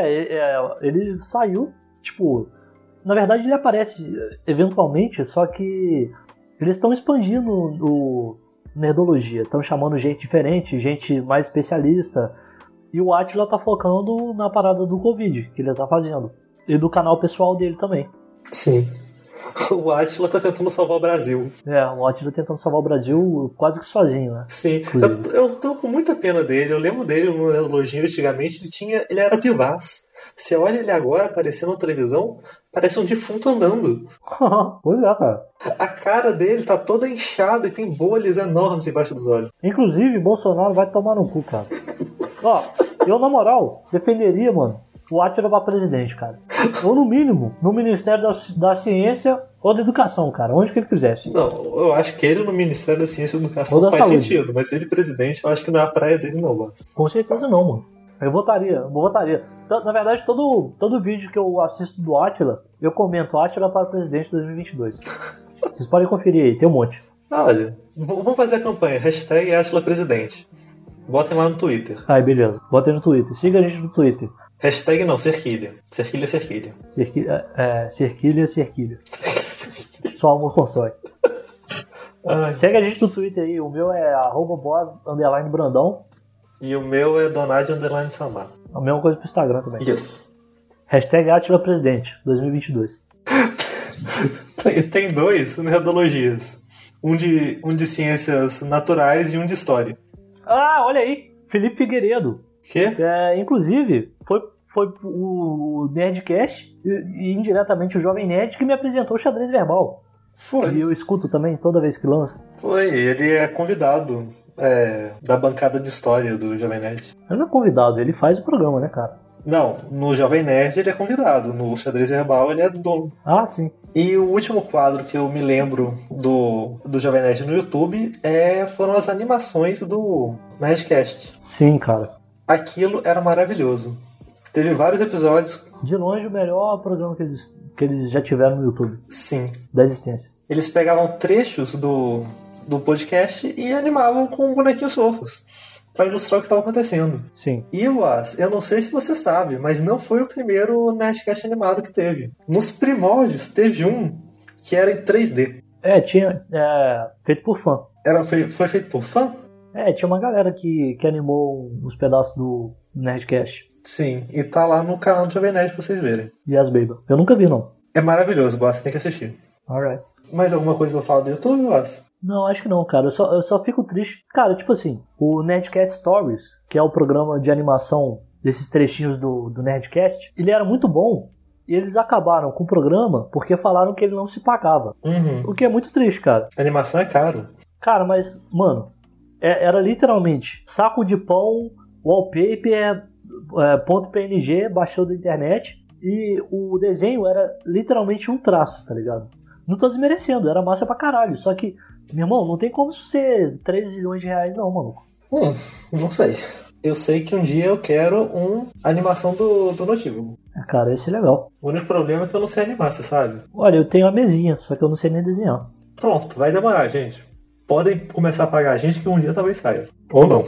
Ele saiu, tipo... Na verdade, ele aparece eventualmente, só que eles estão expandindo o Nerdologia. Estão chamando gente diferente, gente mais especialista. E o Átila tá focando na parada do Covid, que ele tá fazendo. E do canal pessoal dele também. Sim. O Átila tá tentando salvar o Brasil. O Átila tentando salvar o Brasil quase que sozinho, né? Sim. Eu tô com muita pena dele. Eu lembro dele no Nerdologia antigamente. Ele era vivaz. Você olha ele agora aparecendo na televisão, parece um defunto andando. Pois é, cara. A cara dele tá toda inchada e tem bolhas enormes embaixo dos olhos. Inclusive, Bolsonaro vai tomar no cu, cara. Eu, na moral, defenderia, mano, o Átila pra presidente, cara. Ou, no mínimo, no Ministério da Ciência ou da Educação, cara. Onde que ele quisesse. Não, eu acho que ele no Ministério da Ciência e Educação faz sentido. Mas ele presidente, eu acho que não é a praia dele, não, Boss. Com certeza não, mano. Eu votaria. Na verdade, todo vídeo que eu assisto do Átila, eu comento Átila para presidente 2022. Vocês podem conferir aí, tem um monte. Olha, vamos fazer a campanha. # Átila presidente. Botem lá no Twitter. Beleza. Botem no Twitter. Siga a gente no Twitter. # não, Cerquilha. Cerquilha. Cerquilha. Só amor constrói. Segue a gente no Twitter aí. O meu é @boss_brandão. E o meu é Donad_Samar. A mesma coisa pro Instagram também. Isso. # Átila Presidente 2022. Tem 2 Nerdologias. Um de ciências naturais e um de história. Olha aí. Felipe Figueiredo. Quê? Inclusive, foi o Nerdcast e indiretamente o Jovem Nerd que me apresentou o xadrez verbal. Foi. E eu escuto também toda vez que lança. Foi, ele é convidado da bancada de história do Jovem Nerd. Ele não é convidado, ele faz o programa, né, cara? Não, no Jovem Nerd ele é convidado, no xadrez verbal ele é dono. Sim. E o último quadro que eu me lembro do Jovem Nerd no YouTube foram as animações do Nerdcast. Sim, cara. Aquilo era maravilhoso. Teve vários episódios. De longe o melhor programa que eles já tiveram no YouTube. Sim. Da existência. Eles pegavam trechos do podcast e animavam com bonequinhos fofos para ilustrar o que estava acontecendo. Sim. E eu não sei se você sabe, mas não foi o primeiro Nerdcast animado que teve. Nos primórdios teve um que era em 3D. Tinha feito por fã. Foi feito por fã? Tinha uma galera que animou uns pedaços do Nerdcast. Sim, e tá lá no canal do Jovem Nerd pra vocês verem. E as Beiba. Eu nunca vi, não. É maravilhoso, você tem que assistir. Alright. Mais alguma coisa pra falar do YouTube, Voz? Não, acho que não, cara. Eu só fico triste. Cara, tipo assim, o Nerdcast Stories, que é o programa de animação desses trechinhos do Nerdcast, ele era muito bom. E eles acabaram com o programa porque falaram que ele não se pagava. O que é muito triste, cara. A animação é caro. Cara, mas, mano, era literalmente saco de pão, wallpaper, ponto PNG, baixou da internet. E o desenho era literalmente um traço, tá ligado? Não tô desmerecendo, era massa pra caralho. Só que, meu irmão, não tem como isso ser 13 milhões de reais não, maluco. Não sei. Eu sei que um dia eu quero uma animação do Notívago. Cara, esse é legal. O único problema é que eu não sei animar, você sabe? Olha, eu tenho uma mesinha, só que eu não sei nem desenhar. Pronto, vai demorar, gente. Podem começar a pagar a gente que um dia talvez saia. Ou não.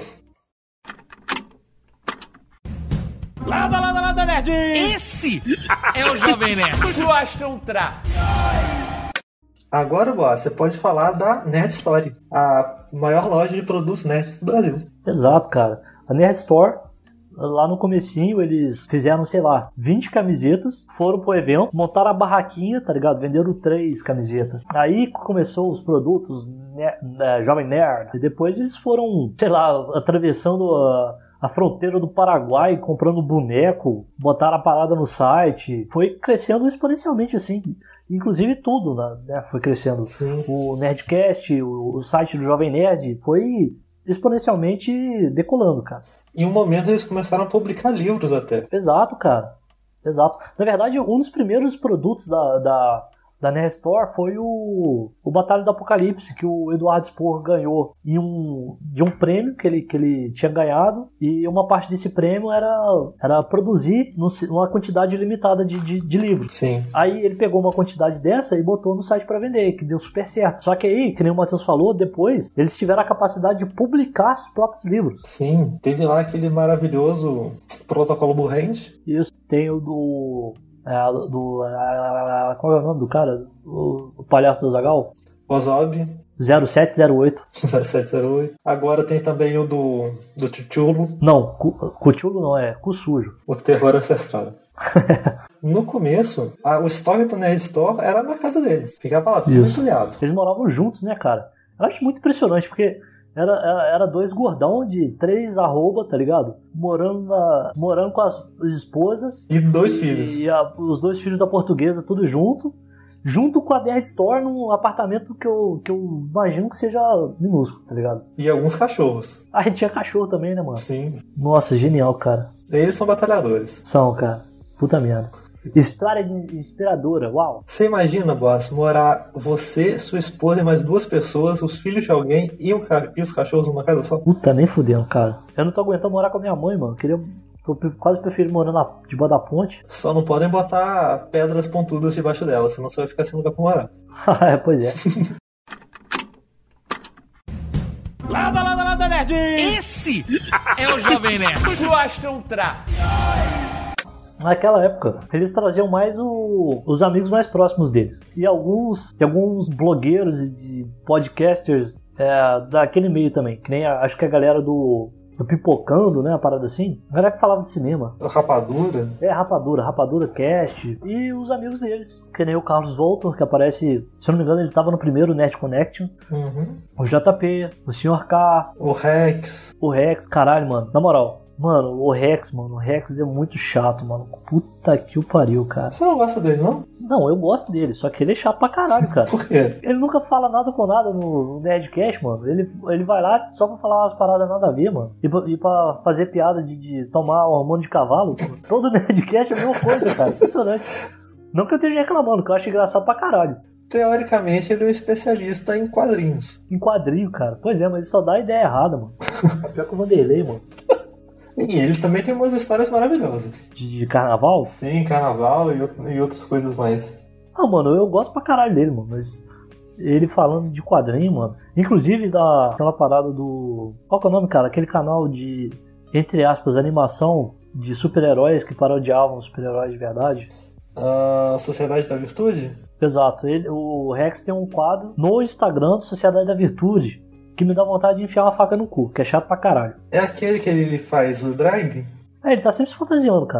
Lada, nerd! Esse é o Jovem Nerd. Croastrontra. Agora, Boa, você pode falar da Nerd Story, a maior loja de produtos nerds do Brasil. Exato, cara. A Nerd Store, lá no comecinho, eles fizeram, sei lá, 20 camisetas, foram pro evento, montaram a barraquinha, tá ligado? Venderam 3 camisetas. Aí começou os produtos Jovem Nerd. E depois eles foram, sei lá, atravessando a fronteira do Paraguai, comprando boneco, botaram a parada no site. Foi crescendo exponencialmente, assim. Inclusive tudo, né? Foi crescendo. Sim. O Nerdcast, o site do Jovem Nerd, foi exponencialmente decolando, cara. Em um momento eles começaram a publicar livros até. Exato, cara. Exato. Na verdade, um dos primeiros produtos da Nerd Store foi o Batalha do Apocalipse, que o Eduardo Spor ganhou de um prêmio que ele tinha ganhado, e uma parte desse prêmio era produzir uma quantidade limitada de livros. Sim. Aí ele pegou uma quantidade dessa e botou no site para vender, que deu super certo. Só que aí, que nem o Matheus falou, depois eles tiveram a capacidade de publicar os próprios livros. Sim, teve lá aquele maravilhoso Protocolo Burrende. Isso, tem o qual é o nome do cara? O palhaço do Azaghal? Ozob. 0708. 0708. Agora tem também o do Chuchulo. Não, Cuchulo não, é Cu Sujo. O Terror Ancestral. No começo, o estoque da Nerd Store era na casa deles. Ficava lá, tudo entulhado. Eles moravam juntos, né, cara? Eu acho muito impressionante, porque era 2 gordão de 3 arroba, tá ligado? Morando com as esposas. E 2 filhos. E os 2 filhos da portuguesa, tudo junto com a Nerd Store, num apartamento que eu imagino que seja minúsculo, tá ligado? E alguns cachorros. Ah, tinha cachorro também, né, mano? Sim. Nossa, genial, cara. Eles são batalhadores. São, cara. Puta merda. História inspiradora, uau. Você imagina, boss, morar você, sua esposa e mais 2 pessoas, os filhos de alguém e os cachorros numa casa só? Puta, nem fudendo, cara. Eu não tô aguentando morar com a minha mãe, mano. Eu quase prefiro morar debaixo da ponte. Só não podem botar pedras pontudas debaixo dela, senão você vai ficar sem lugar pra morar. Pois é. Lada, nerd! Esse é o Jovem Nerd. Croastrontra. Naquela época, eles traziam mais os amigos mais próximos deles. E alguns blogueiros e de podcasters daquele meio também. Que nem acho que a galera do Pipocando, né? A parada assim. A galera que falava de cinema. Rapadura? Rapadura Cast. E os amigos deles, que nem o Carlos Voltor, que aparece, se eu não me engano, ele tava no primeiro Nerd Connection. Uhum. O JP, o Sr. K. O Rex. Caralho, mano. Na moral. Mano, o Rex é muito chato, mano. Puta que o pariu, cara. Você não gosta dele, não? Não, eu gosto dele, só que ele é chato pra caralho, cara. Por quê? Ele nunca fala nada com nada no Nerdcast, mano. Ele vai lá só pra falar umas paradas nada a ver, mano. E pra fazer piada de tomar hormônio de cavalo. Todo Nerdcast é a mesma coisa, cara. Impressionante. Não que eu esteja reclamando, que eu acho engraçado pra caralho. Teoricamente, ele é um especialista em quadrinhos. Em quadrinho, cara. Pois é, mas ele só dá ideia errada, mano. Pior que o Vanderlei, mano. E ele também tem umas histórias maravilhosas. De carnaval? Sim, carnaval e outras coisas mais. Ah, mano, eu gosto pra caralho dele, mano. Mas ele falando de quadrinho, mano. Inclusive daquela parada do... Qual que é o nome, cara? Aquele canal de, entre aspas, animação de super-heróis que parodiavam os super-heróis de verdade. A Sociedade da Virtude? Exato. O Rex tem um quadro no Instagram do Sociedade da Virtude que me dá vontade de enfiar uma faca no cu, que é chato pra caralho. É aquele que ele faz o drag? Ele tá sempre se fantasiando, cara.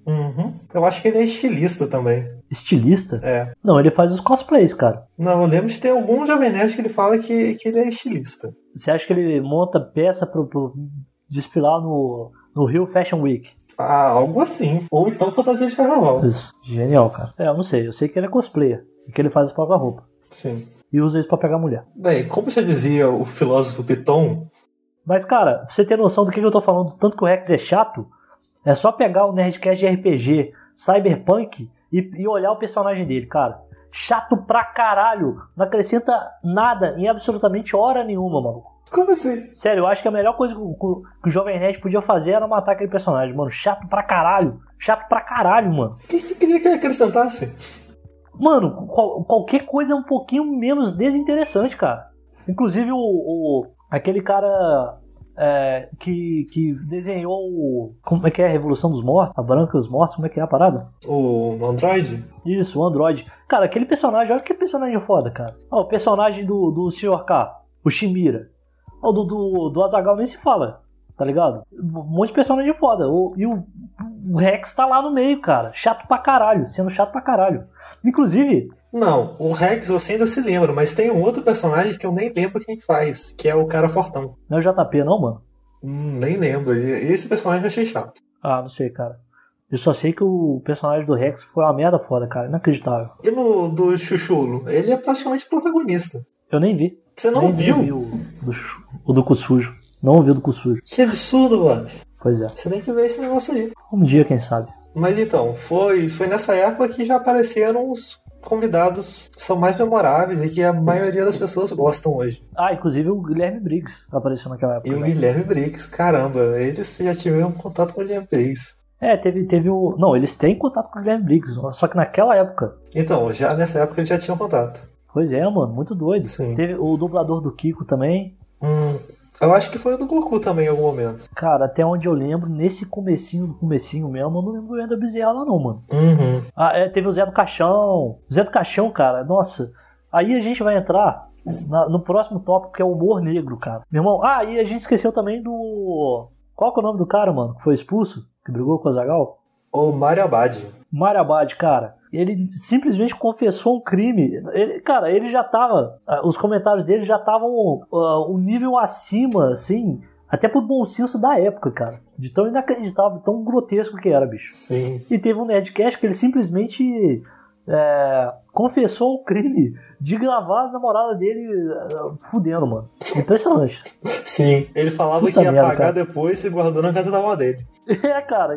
Uhum. Eu acho que ele é estilista também. Estilista? É. Não, ele faz os cosplays, cara. Não, eu lembro de ter algum Jovem Nerd que ele fala que ele é estilista. Você acha que ele monta peça pro desfilar no Rio Fashion Week? Ah, algo assim. Ou então fantasia de carnaval. Isso. Genial, cara. Eu não sei. Eu sei que ele é cosplayer. E que ele faz a própria roupa. Sim. E usa isso pra pegar mulher. Bem, como já dizia o filósofo Piton... Mas, cara, pra você ter noção do que eu tô falando, tanto que o Rex é chato, é só pegar o Nerdcast de RPG, Cyberpunk, e olhar o personagem dele, cara. Chato pra caralho. Não acrescenta nada em absolutamente hora nenhuma, maluco. Como assim? Sério, eu acho que a melhor coisa que o Jovem Nerd podia fazer era matar aquele personagem, mano. Chato pra caralho. Chato pra caralho, mano. O que você queria que ele acrescentasse? Mano, qualquer coisa é um pouquinho menos desinteressante, cara. Inclusive aquele cara que desenhou como é que é a Revolução dos Mortos, a Branca dos Mortos, como é que é a parada? O Android? Isso, o Android. Cara, aquele personagem, olha que personagem foda, cara. Ó, o personagem do Sr. K, o Shimira. Ó, do Azaghal nem se fala, tá ligado? Um monte de personagem foda. E o Rex tá lá no meio, cara. Chato pra caralho, sendo chato pra caralho. Inclusive... Não, o Rex você ainda se lembra, mas tem um outro personagem que eu nem lembro quem faz, que é o cara fortão. Não é o JP não, mano? Nem lembro. Esse personagem eu achei chato. Ah, não sei, cara. Eu só sei que o personagem do Rex foi uma merda foda, cara. Inacreditável. E no do Chuchulo? Ele é praticamente protagonista. Eu nem vi. Você não nem viu? Vi o do cu sujo. Não vi o do cu sujo. Que absurdo, mano. Pois é. Você tem que ver esse negócio aí. Um dia, quem sabe. Mas então, foi nessa época que já apareceram os convidados que são mais memoráveis e que a maioria das pessoas gostam hoje. Ah, inclusive o Guilherme Briggs apareceu naquela época. E o Guilherme Briggs, caramba, eles já tiveram contato com o Guilherme Briggs. Teve o... Não, eles têm contato com o Guilherme Briggs, só que naquela época. Então, já nessa época eles já tinham contato. Pois é, mano, muito doido. Sim. Teve o dublador do Kiko também. Eu acho que foi o do Goku também em algum momento. Cara, até onde eu lembro, nesse comecinho mesmo, eu não lembro do Wendel Bezerra lá não, mano. Uhum. Teve o Zé do Caixão. O Zé do Caixão, cara, nossa. Aí a gente vai entrar no próximo tópico, que é o humor negro, cara. Meu irmão, e a gente esqueceu também do... Qual que é o nome do cara, mano, que foi expulso? Que brigou com o Azaghal? O Mário Abad. Mário Abad, cara. Ele simplesmente confessou um crime. Ele já tava... Os comentários dele já estavam um nível acima, assim... Até pro bom senso da época, cara. De tão inacreditável, tão grotesco que era, bicho. Sim. E teve um Nerdcast que ele simplesmente confessou o crime de gravar a namorada dele fudendo, mano. Impressionante. Sim, ele falava Puta que ia merda, pagar cara. depois e guardou na casa da avó dele. Cara,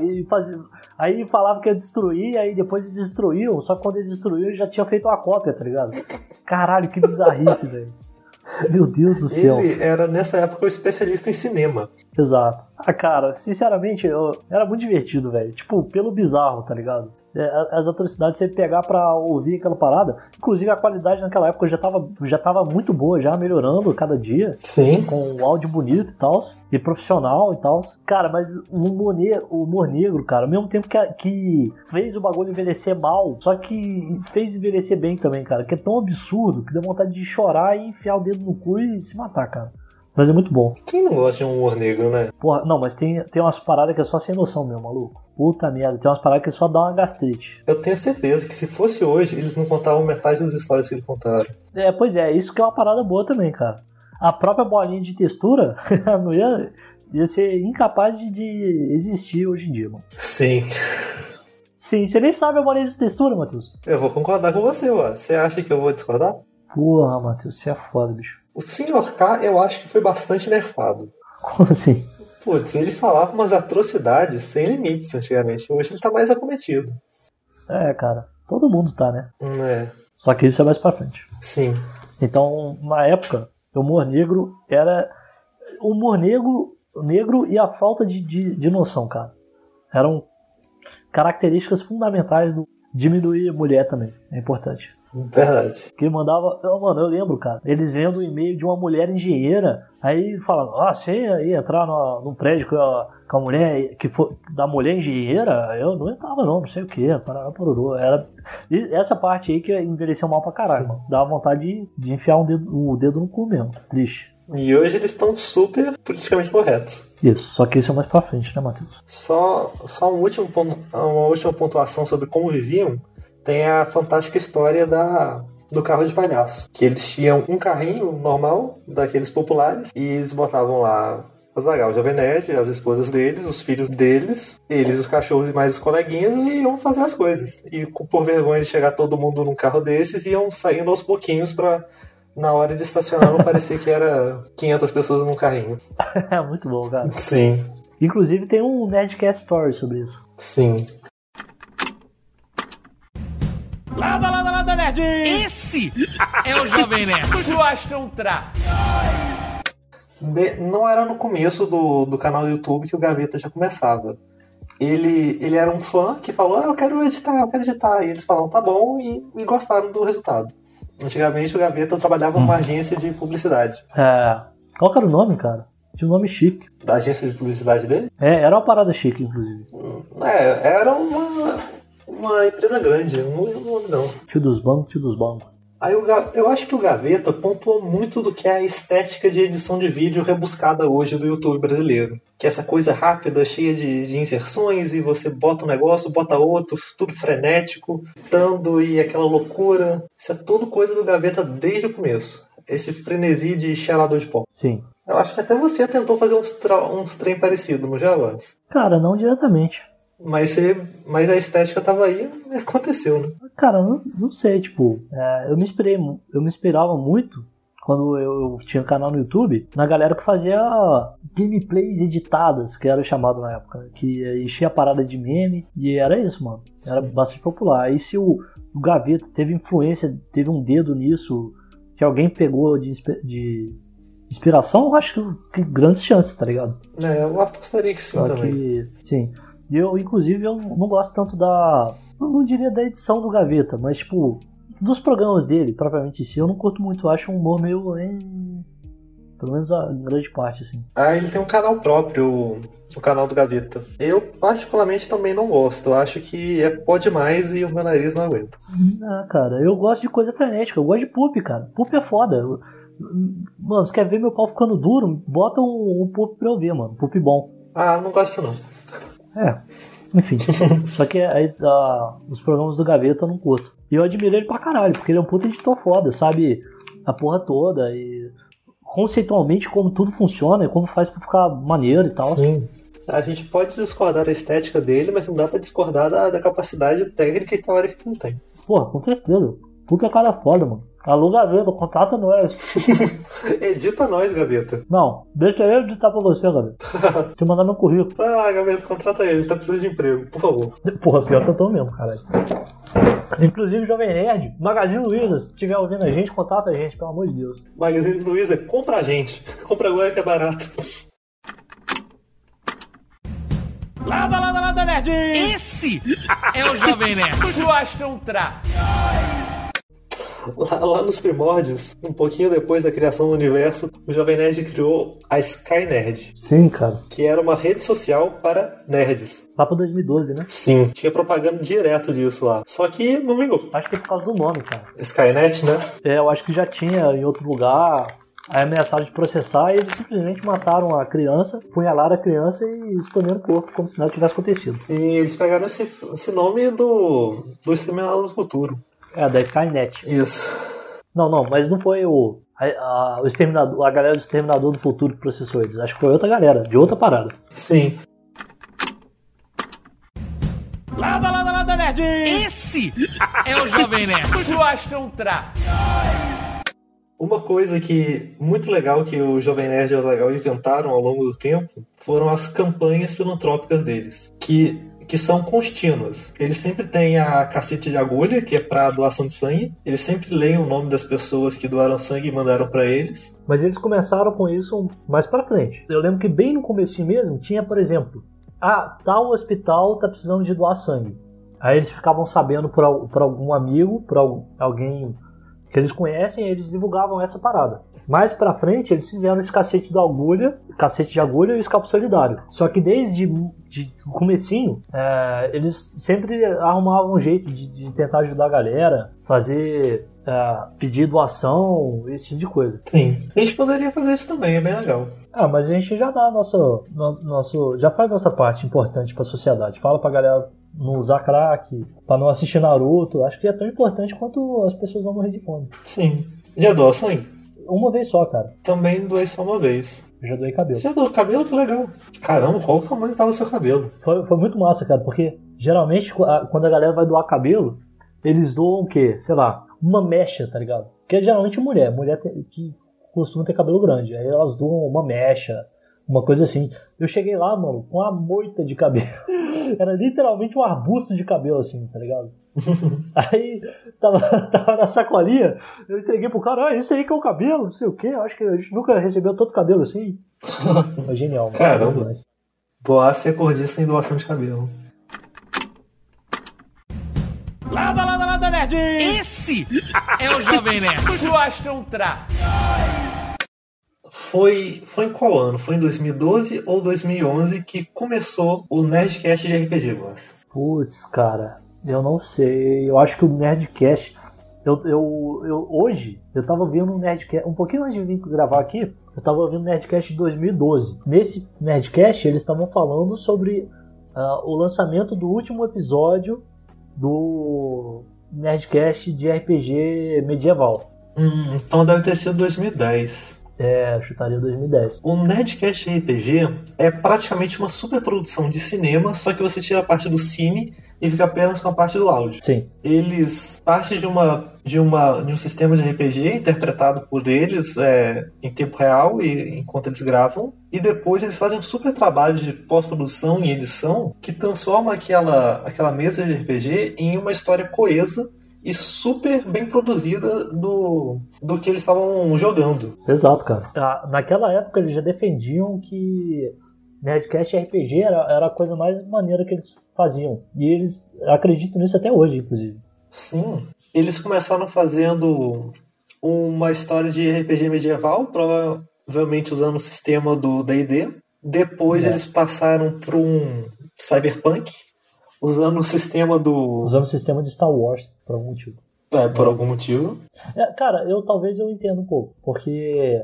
aí falava que ia destruir, aí depois eles destruíam, só que quando ele destruiu ele já tinha feito uma cópia, tá ligado? Caralho, que bizarrice, velho. Meu Deus do céu. Ele era, nessa época, um especialista em cinema. Exato. Cara, sinceramente, era muito divertido, velho. Tipo, pelo bizarro, tá ligado? As atrocidades, você pegar pra ouvir aquela parada. Inclusive, a qualidade naquela época já tava muito boa, já melhorando cada dia. Sim. Com áudio bonito e tal. E profissional e tal. Cara, mas o humor negro, cara, ao mesmo tempo que fez o bagulho envelhecer mal, só que fez envelhecer bem também, cara. Que é tão absurdo que dá vontade de chorar e enfiar o dedo no cu e se matar, cara. Mas é muito bom. Quem não gosta de um humor negro, né? Porra, não, mas tem umas paradas que é só sem noção mesmo, maluco. Puta merda, tem umas paradas que só dá uma gastrite. Eu tenho certeza que se fosse hoje, eles não contavam metade das histórias que eles contaram. Pois é, isso que é uma parada boa também, cara. A própria bolinha de textura não ia ser incapaz de existir hoje em dia, mano. Sim. Sim, você nem sabe a bolinha de textura, Matheus. Eu vou concordar com você, ó. Você acha que eu vou discordar? Porra, Matheus, você é foda, bicho. O Sr. K, eu acho que foi bastante nerfado. Como assim? Putz, ele falava umas atrocidades sem limites antigamente. Hoje ele tá mais acometido. Cara, todo mundo tá, né? É. Só que isso é mais pra frente. Sim. Então, na época, o humor negro era... O humor negro e a falta de noção, cara. Eram características fundamentais do diminuir a mulher também. É importante. Verdade. Que mandava... Mano, eu lembro, cara. Eles vendo o e-mail de uma mulher engenheira, aí falando, você ia entrar num prédio com a mulher, da mulher engenheira? Eu não entrava não sei o que. Essa parte aí que envelheceu mal pra caralho, mano. Dava vontade de enfiar o dedo no cu mesmo. Triste. E hoje eles estão super politicamente corretos. Isso, só que isso é mais pra frente, né, Matheus? Só um último ponto, uma última pontuação sobre como viviam. Tem a fantástica história do carro de palhaço. Que eles tinham um carrinho normal, daqueles populares, e eles botavam lá Azaghal, o Jovem Nerd, as esposas deles, os filhos deles, eles, os cachorros e mais os coleguinhas, e iam fazer as coisas. E por vergonha de chegar todo mundo num carro desses, iam saindo aos pouquinhos pra, na hora de estacionar, não parecia que era 500 pessoas num carrinho. É muito bom, cara. Sim. Inclusive tem um Nerdcast Story sobre isso. Sim. Lada, nerd! Esse é o Jovem Nerd. Crostrontra. Não era no começo do canal do YouTube que o Gaveta já começava. Ele era um fã que falou, eu quero editar. E eles falaram, tá bom, e gostaram do resultado. Antigamente o Gaveta trabalhava numa agência de publicidade. Qual que era o nome, cara? Tinha um nome chique. Da agência de publicidade dele? Era uma parada chique, inclusive. Era uma empresa grande, não lembro o nome não. Tio dos bancos. Aí eu acho que o Gaveta pontuou muito do que é a estética de edição de vídeo rebuscada hoje do YouTube brasileiro. Que é essa coisa rápida, cheia de inserções, e você bota um negócio, bota outro, tudo frenético, dando e aquela loucura. Isso é tudo coisa do Gaveta desde o começo. Esse frenesi de cheirador de pó. Sim. Eu acho que até você tentou fazer uns trem parecidos, não já, Vaz? Cara, não diretamente. Mas a estética tava aí e aconteceu, né? Cara, não sei, tipo, eu me inspirava muito quando eu tinha canal no YouTube, na galera que fazia gameplays editadas, que era chamado na época, que enchia a parada de meme, e era isso, mano. Era bastante popular. Aí se o Gaveta teve influência, teve um dedo nisso, que alguém pegou de inspiração, eu acho que grandes chances, tá ligado? Eu apostaria que sim. Só também. Sim. E inclusive, eu não gosto tanto não diria da edição do Gaveta, mas tipo, dos programas dele, propriamente em si, eu não curto muito, eu acho um humor meio... pelo menos em grande parte, assim. Ele tem um canal próprio, o canal do Gaveta. Eu, particularmente, também não gosto. Eu acho que é pó demais e o meu nariz não aguenta. Cara, eu gosto de coisa frenética, eu gosto de poop, cara. Poop é foda. Mano, você quer ver meu pau ficando duro? Bota um poop pra eu ver, mano. Poop bom. Não gosto não. Enfim. Só que aí os programas do Gaveta eu não curto. E eu admiro ele pra caralho, porque ele é um puta editor foda, sabe? A porra toda e conceitualmente como tudo funciona e como faz pra ficar maneiro e tal. Sim. A gente pode discordar da estética dele, mas não dá pra discordar da capacidade técnica e teórica que ele tem. Porra, com certeza. Puta cara foda, mano. Alô, Gaveta, contrata nós. Edita nós, Gaveta. Não, deixa eu editar pra você, Gaveta. Deixa eu mandar meu currículo. Vai lá, Gaveta, contrata ele, a gente tá precisando de emprego, por favor. Porra, pior que eu tô mesmo, caralho. Inclusive, Jovem Nerd, Magazine Luiza, se estiver ouvindo a gente, contata a gente, pelo amor de Deus. Magazine Luiza, compra a gente. Compra agora que é barato. Lada, nerd! Esse é o Jovem Nerd. Crostrontra. Lá nos primórdios, um pouquinho depois da criação do universo, o Jovem Nerd criou a Skynerd. Sim, cara. Que era uma rede social para nerds. Lá pra 2012, né? Sim. Tinha propaganda direto disso lá. Só que não vingou. Acho que é por causa do nome, cara. Skynet, né? Eu acho que já tinha em outro lugar. Aí ameaçaram de processar e eles simplesmente mataram a criança, punhalaram a criança e esconderam o corpo como se nada tivesse acontecido. Sim, eles pegaram esse nome do Exterminador do Futuro. Da Skynet. Isso. Não, mas não foi o Exterminador, a galera do Exterminador do Futuro que processou eles. Acho que foi outra galera, de outra parada. Sim. Lada, nerd! Esse é o Jovem Nerd. Crostrontra. Uma coisa muito legal que o Jovem Nerd e o Azaghal inventaram ao longo do tempo foram as campanhas filantrópicas deles, que são contínuas. Eles sempre têm a cacete de agulha, que é para doação de sangue. Eles sempre leem o nome das pessoas que doaram sangue e mandaram para eles. Mas eles começaram com isso mais para frente. Eu lembro que bem no comecinho mesmo tinha, por exemplo, tal hospital tá precisando de doar sangue. Aí eles ficavam sabendo por algum amigo, por alguém que eles conhecem, e eles divulgavam essa parada. Mais pra frente, eles fizeram esse cacete de agulha e escapo solidário. Só que desde o comecinho, eles sempre arrumavam um jeito de tentar ajudar a galera, fazer pedir doação, esse tipo de coisa. Sim. A gente poderia fazer isso também, é bem legal. Mas a gente já dá já faz nossa parte importante pra sociedade. Fala pra galera não usar crack, pra não assistir Naruto. Acho que é tão importante quanto as pessoas não morrer de fome. Sim. Já doou sangue? Uma vez só, cara. Também doei só uma vez. Eu já doei cabelo. Você já doou cabelo? Que legal. Caramba, qual o tamanho que tava o seu cabelo? Foi muito massa, cara, porque geralmente quando a galera vai doar cabelo, eles doam o quê? Sei lá, uma mecha, tá ligado? Que é geralmente mulher que costuma ter cabelo grande. Aí elas doam uma mecha, uma coisa assim. Eu cheguei lá, mano, com uma moita de cabelo. Era literalmente um arbusto de cabelo, assim, tá ligado? Aí tava na sacolinha, eu entreguei pro cara, isso aí que é o cabelo, não sei o que, acho que a gente nunca recebeu tanto cabelo assim. Foi genial, mano. Caramba. Boassa é cordista em doação de cabelo. Lada, nerd! Esse é o Jovem Nerd. Prostram-tra. Foi em qual ano? Foi em 2012 ou 2011 que começou o Nerdcast de RPG, Boassa? Putz, cara, eu não sei. Eu acho que o Nerdcast... Hoje, eu tava vendo um Nerdcast... Um pouquinho antes de vir gravar aqui, eu tava ouvindo o Nerdcast de 2012. Nesse Nerdcast, eles estavam falando sobre o lançamento do último episódio do Nerdcast de RPG medieval. Então deve ter sido 2010. Eu chutaria 2010. O Nerdcast RPG é praticamente uma superprodução de cinema, só que você tira a parte do cine e fica apenas com a parte do áudio. Sim. Eles partem de um sistema de RPG interpretado por eles em tempo real e enquanto eles gravam, e depois eles fazem um super trabalho de pós-produção e edição que transforma aquela mesa de RPG em uma história coesa e super bem produzida do que eles estavam jogando. Exato, cara. Naquela época eles já defendiam que Nerdcast RPG era a coisa mais maneira que eles faziam. E eles acreditam nisso até hoje, inclusive. Sim. Eles começaram fazendo uma história de RPG medieval, provavelmente usando o sistema do D&D. Depois eles passaram para um cyberpunk, usando o sistema de Star Wars, por algum motivo. Por algum motivo. Cara, talvez eu entenda um pouco. Porque,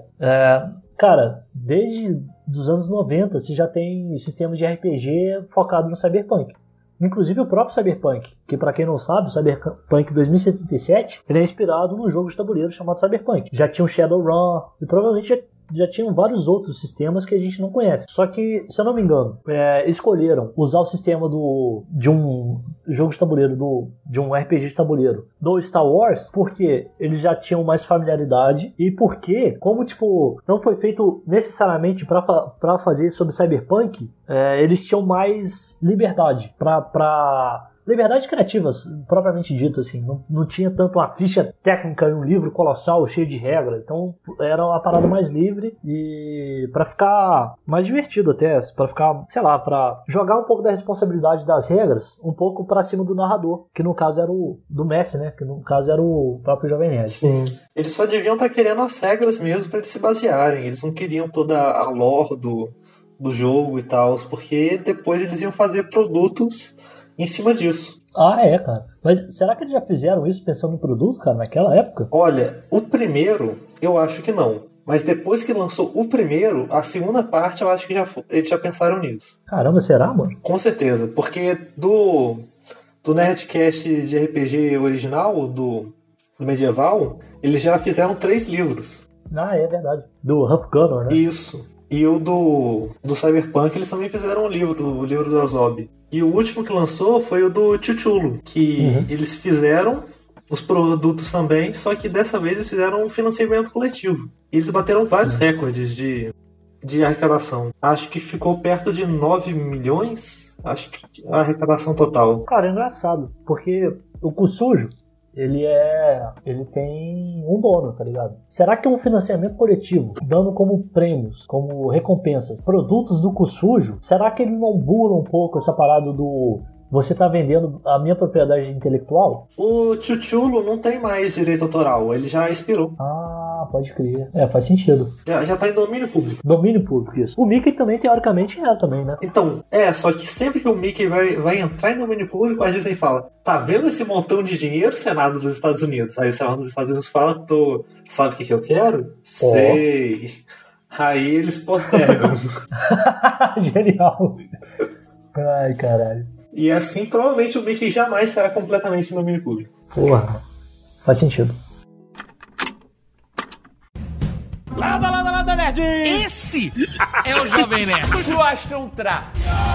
cara, desde os anos 90 você já tem sistema de RPG focado no cyberpunk. Inclusive o próprio Cyberpunk, que pra quem não sabe, o Cyberpunk 2077, ele é inspirado num jogo de tabuleiro chamado Cyberpunk. Já tinha o Shadowrun, e provavelmente já tinham vários outros sistemas que a gente não conhece. Só que, se eu não me engano, escolheram usar o sistema de um jogo de tabuleiro, de um RPG de tabuleiro do Star Wars, porque eles já tinham mais familiaridade e porque, como não foi feito necessariamente para fazer sobre Cyberpunk, eles tinham mais liberdade liberdade criativa, propriamente dito, assim. Não tinha tanto uma ficha técnica e um livro colossal cheio de regras. Então era uma parada mais livre e pra ficar mais divertido até, pra ficar, sei lá, pra jogar um pouco da responsabilidade das regras um pouco pra cima do narrador, que no caso era do Messi, né? Que no caso era o próprio Jovem Nerd. Sim. Eles só deviam estar querendo as regras mesmo pra eles se basearem. Eles não queriam toda a lore do jogo e tal, porque depois eles iam fazer produtos em cima disso. Cara. Mas será que eles já fizeram isso pensando no produto, cara, naquela época? Olha, o primeiro, eu acho que não. Mas depois que lançou o primeiro, a segunda parte, eu acho que eles já pensaram nisso. Caramba, será, mano? Com certeza, porque do Nerdcast de RPG original, do medieval, eles já fizeram 3 livros. É verdade. Do Huff Gunner, né? Isso. E o do Cyberpunk, eles também fizeram o livro do Azob. E o último que lançou foi o do Chuchulo, que eles fizeram os produtos também, só que dessa vez eles fizeram um financiamento coletivo. E eles bateram vários recordes de arrecadação. Acho que ficou perto de 9 milhões, acho que a arrecadação total. Cara, é engraçado, porque o Cusujo, ele tem um dono, tá ligado? Será que é um financiamento coletivo, dando como prêmios, como recompensas, produtos do Cusujo? Será que ele não bula um pouco essa parada do você tá vendendo a minha propriedade intelectual? O Chuchulo não tem mais direito autoral, ele já expirou. Ah, pode crer. Faz sentido. Já tá em domínio público. Domínio público, isso. O Mickey também, teoricamente, também, né? Então, só que sempre que o Mickey vai entrar em domínio público, a Disney fala, tá vendo esse montão de dinheiro, Senado dos Estados Unidos? Aí o Senado dos Estados Unidos fala, sabe o que eu quero? Sei. Aí eles postergam. Genial. Ai, caralho. E assim, provavelmente o Mickey jamais será completamente em domínio público. Porra, faz sentido. Lada, nerd! Esse é o Jovem Nerd. Prostram-tra.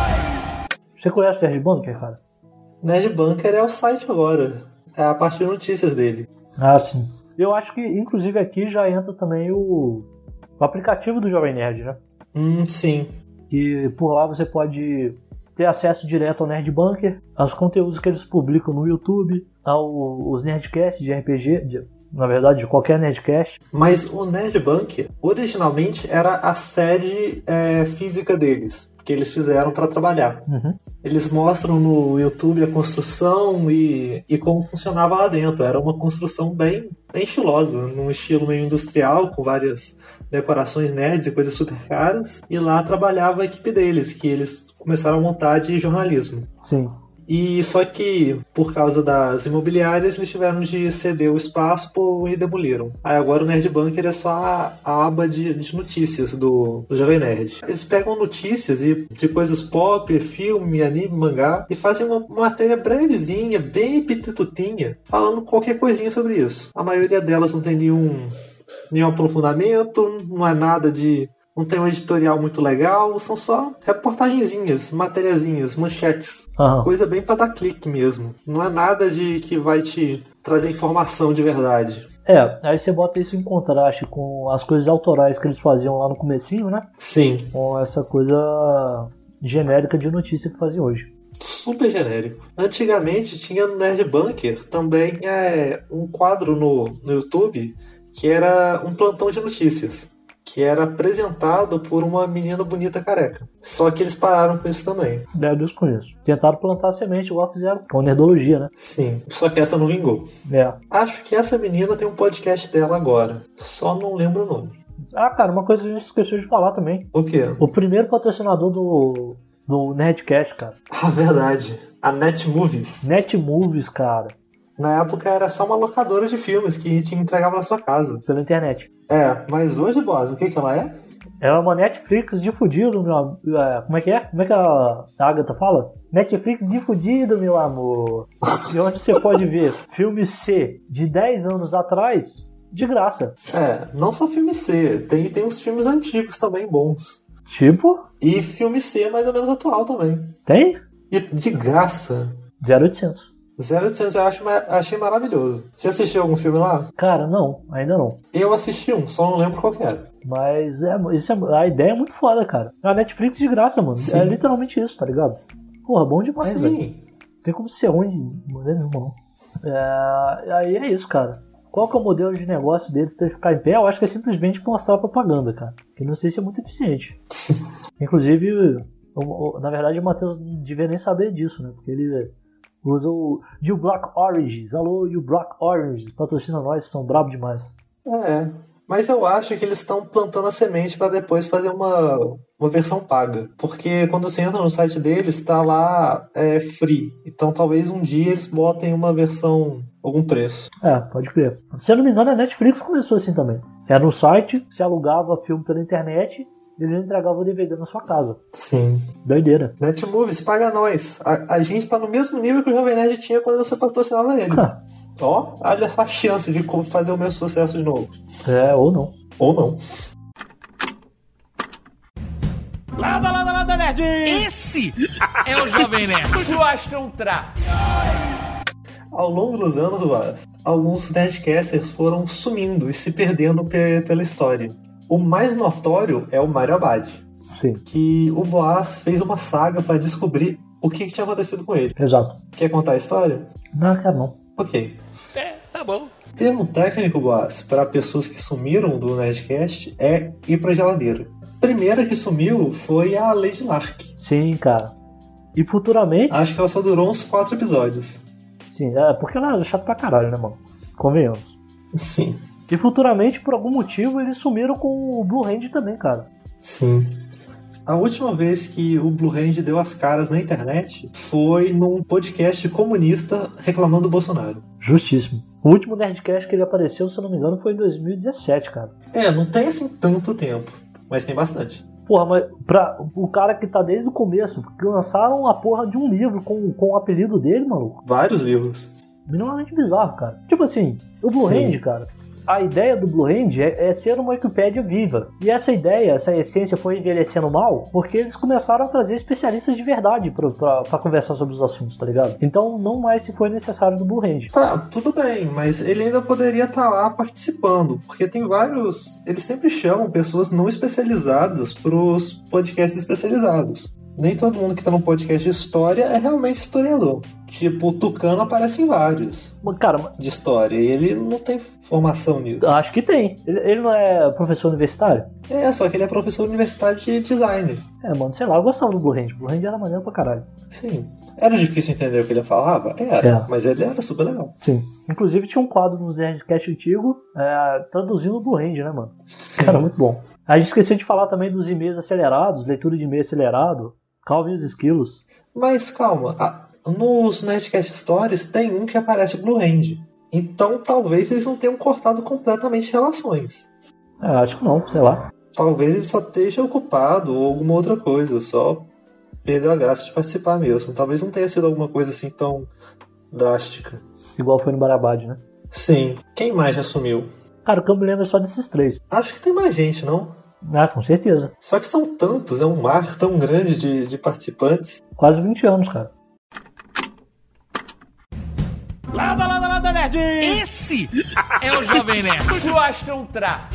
Você conhece o Nerd Bunker, cara? Nerd Bunker é o site agora. É a parte de notícias dele. Ah, sim. Eu acho que, inclusive, aqui já entra também o aplicativo do Jovem Nerd, né? Sim. E por lá você pode ter acesso direto ao Nerd Bunker, aos conteúdos que eles publicam no YouTube, aos Nerdcasts de RPG, na verdade, de qualquer Nerdcast. Mas o Nerd Bunker, originalmente, era a sede física deles, que eles fizeram para trabalhar. Uhum. Eles mostram no YouTube a construção e como funcionava lá dentro. Era uma construção bem estilosa, num estilo meio industrial, com várias decorações nerds e coisas super caras. E lá trabalhava a equipe deles, que eles começaram a montar de jornalismo. Sim. E só que, por causa das imobiliárias, eles tiveram de ceder o espaço e demoliram. Aí agora o Nerd Bunker é só a aba de notícias do Jovem Nerd. Eles pegam notícias de coisas pop, filme, anime, mangá, e fazem uma matéria brevezinha, bem pititutinha, falando qualquer coisinha sobre isso. A maioria delas não tem nenhum aprofundamento, não é nada de... Não tem um editorial muito legal, são só reportagenzinhas, matériazinhas, manchetes. Uhum. Coisa bem pra dar clique mesmo. Não é nada de que vai te trazer informação de verdade. Aí você bota isso em contraste com as coisas autorais que eles faziam lá no comecinho, né? Sim. Com essa coisa genérica de notícia que fazem hoje. Super genérico. Antigamente tinha no Nerd Bunker também um quadro no YouTube que era um plantão de notícias, que era apresentado por uma menina bonita careca. Só que eles pararam com isso também. Deus conheço. Tentaram plantar a semente, igual fizeram com a Nerdologia, né? Sim, só que essa não vingou. Acho que essa menina tem um podcast dela agora. Só não lembro o nome. Ah, cara, uma coisa que a gente esqueceu de falar também. O quê? O primeiro patrocinador do Nerdcast, cara. Ah, verdade. A Netmovies. Netmovies, cara. Na época era só uma locadora de filmes que te entregava na sua casa. Pela internet. Mas hoje, boss, o que ela é? Ela é uma Netflix de fudido, meu... Como é que é? Como é que a Agatha fala? Netflix de fudido, meu amor. E onde você pode ver filme C de 10 anos atrás, de graça. Não só filme C. Tem uns filmes antigos também bons. Tipo? E filme C mais ou menos atual também. Tem? E de graça. 0800. 0800 eu achei maravilhoso. Você assistiu algum filme lá? Cara, não, ainda não. Eu assisti um, só não lembro qual que era. Mas a ideia é muito foda, cara. A Netflix de graça, mano. Sim. É literalmente isso, tá ligado? Porra, bom demais, Sim. velho. Não tem como ser ruim de maneira nenhuma, não. Aí é isso, cara. Qual que é o modelo de negócio deles pra ficar em pé? Eu acho que é simplesmente mostrar a propaganda, cara. Que não sei se é muito eficiente. Inclusive, na verdade, o Matheus não devia nem saber disso, né? Porque ele usa o You Black Oranges. Alô, You Black Oranges. Patrocina nós, são bravos demais. Mas eu acho que eles estão plantando a semente para depois fazer uma versão paga. Porque quando você entra no site deles, tá lá free. Então talvez um dia eles botem uma versão, algum preço. Pode crer. Se eu não me engano, a Netflix começou assim também. Era no site, se alugava filme pela internet, eles entregavam o DVD na sua casa. Sim. Doideira. Netmovies, paga nós. A gente tá no mesmo nível que o Jovem Nerd tinha quando você patrocinava eles. Olha só a chance de fazer o mesmo sucesso de novo. Ou não. Ou não. Lada, nerd! Esse é o Jovem Nerd. Prostram-tra. Ao longo dos anos, alguns Nerdcasters foram sumindo e se perdendo pela história. O mais notório é o Mário Abad. Sim. Que o Boaz fez uma saga para descobrir o que tinha acontecido com ele. Exato. Quer contar a história? Não, quero não. Ok. Tá bom. Termo técnico, Boaz, para pessoas que sumiram do Nerdcast é ir pra geladeira. A primeira que sumiu foi a Lady Lark. Sim, cara. E futuramente... Acho que ela só durou uns 4 episódios. Sim, porque ela é chata pra caralho, né, mano? Convenhamos. Sim. E futuramente, por algum motivo, eles sumiram com o Blue Hand também, cara. Sim. A última vez que o Blue Hand deu as caras na internet foi num podcast comunista reclamando do Bolsonaro. Justíssimo. O último Nerdcast que ele apareceu, se eu não me engano, foi em 2017, cara. Não tem assim tanto tempo, mas tem bastante. Porra, mas pra o cara que tá desde o começo, que lançaram a porra de um livro com o apelido dele, maluco. Vários livros. Minimamente bizarro, cara. Tipo assim, o Blue Hand, cara, a ideia do Blue Hand é ser uma Wikipédia viva. E essa ideia, essa essência foi envelhecendo mal porque eles começaram a trazer especialistas de verdade pra conversar sobre os assuntos, tá ligado? Então não mais se foi necessário do Blue Hand. Tá, tudo bem, mas ele ainda poderia estar lá participando, porque tem vários... Eles sempre chamam pessoas não especializadas pros podcasts especializados. Nem todo mundo que tá no podcast de história é realmente historiador. Tipo, o Tucano aparece em vários Cara, de história e ele não tem formação nisso. acho que tem. Ele não é professor universitário? Só que ele é professor universitário de design. Mano, sei lá, eu gostava do Blue Hand. Blue Hand era maneiro pra caralho. Sim. Era difícil entender o que ele falava? Era. Mas ele era super legal. Sim. Inclusive tinha um quadro no Nerdcast antigo traduzindo o Blue Hand, né, mano? Era muito bom. A gente esqueceu de falar também dos e-mails acelerados, leitura de e-mail acelerado, Calvin e os esquilos. Mas calma, nos Nerdcast Stories tem um que aparece Blue Hand. Então talvez eles não tenham cortado completamente relações. Acho que não, sei lá. Talvez ele só esteja ocupado ou alguma outra coisa, só perdeu a graça de participar mesmo. Talvez não tenha sido alguma coisa assim tão drástica. Igual foi no Barabad, né? Sim. Quem mais já sumiu? Cara, o que eu me lembro é só desses 3. Acho que tem mais gente, não? Com certeza. Só que são tantos, é um mar tão grande de participantes. Quase 20 anos, cara. Lada, nerd! Esse é o Jovem Nerd. Croastrontra.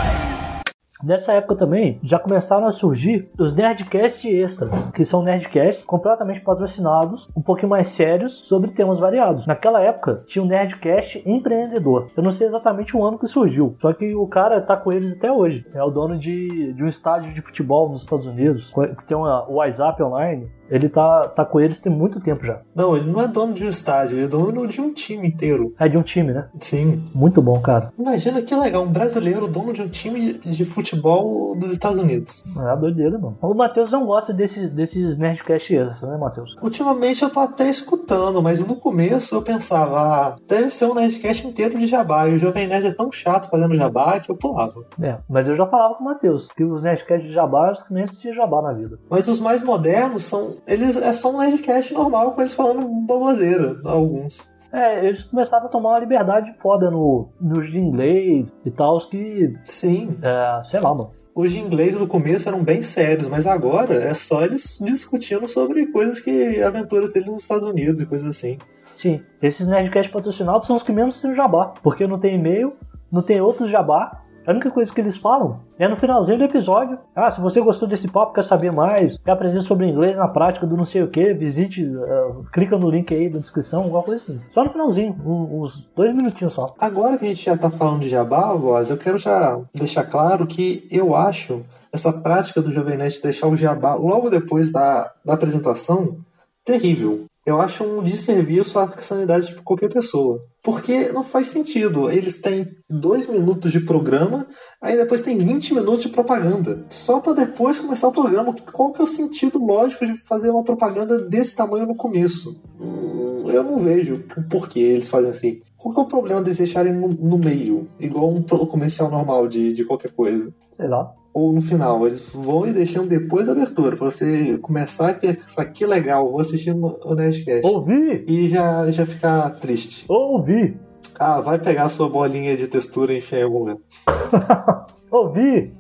Nessa época também, já começaram a surgir os Nerdcast Extras, que são Nerdcasts completamente patrocinados, um pouquinho mais sérios, sobre temas variados. Naquela época, tinha um Nerdcast empreendedor. Eu não sei exatamente o ano que surgiu, só que o cara tá com eles até hoje. É o dono de um estádio de futebol nos Estados Unidos, que tem o WhatsApp online. Ele tá com eles tem muito tempo já. Não, ele não é dono de um estádio, ele é dono de um time inteiro. É de um time, né? Sim. Muito bom, cara. Imagina que legal, um brasileiro dono de um time de futebol dos Estados Unidos. É doideira, mano. O Matheus não gosta desses Nerdcast extras, né, Matheus? Ultimamente eu tô até escutando, mas no começo eu pensava, deve ser um Nerdcast inteiro de jabá, e o Jovem Nerd é tão chato fazendo jabá que eu pulava. Mas eu já falava com o Matheus, que os Nerdcasts de jabá, que nem existia jabá na vida. Mas os mais modernos são... é só um Nerdcast normal, com eles falando baboseira, alguns. Eles começaram a tomar uma liberdade foda nos de inglês e tal, que... Sim. Sei lá, mano. Os de inglês no começo eram bem sérios, mas agora é só eles discutindo sobre coisas aventuras dele nos Estados Unidos e coisas assim. Sim, esses Nerdcasts patrocinados são os que menos têm jabá, porque não tem e-mail, não tem outros jabá. A única coisa que eles falam é no finalzinho do episódio. Se você gostou desse papo, quer saber mais, quer aprender sobre inglês na prática do não sei o que, visite, clica no link aí da descrição, alguma coisa assim. Só no finalzinho, uns 2 minutinhos só. Agora que a gente já tá falando de jabá, voz, eu quero já deixar claro que eu acho essa prática do Jovem Nerd deixar o jabá logo depois da apresentação terrível. Eu acho um desserviço à sanidade de qualquer pessoa. Porque não faz sentido. Eles têm 2 minutos de programa, aí depois tem 20 minutos de propaganda. Só para depois começar o programa. Qual que é o sentido lógico de fazer uma propaganda desse tamanho no começo? Eu não vejo por que eles fazem assim. Qual que é o problema de eles deixarem no meio? Igual um comercial normal de qualquer coisa. Sei lá. Ou no final, eles vão e deixam depois da abertura, pra você começar a pensar que legal, vou assistir o Nerdcast. Ouvi! E já ficar triste. Ouvi! Vai pegar a sua bolinha de textura e enfiar em algum lugar. Ouvi!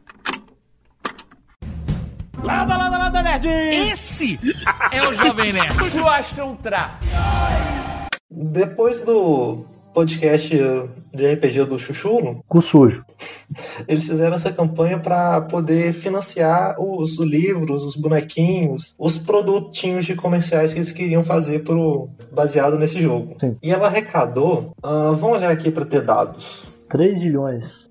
Lada, nerd! Esse é o Jovem Nerd. Croastrontra. Depois do podcast de RPG do Chuchulo, Cu sujo. Eles fizeram essa campanha para poder financiar os livros, os bonequinhos, os produtinhos de comerciais que eles queriam fazer baseado nesse jogo. Sim. E ela arrecadou, vamos olhar aqui para ter dados. 3 milhões.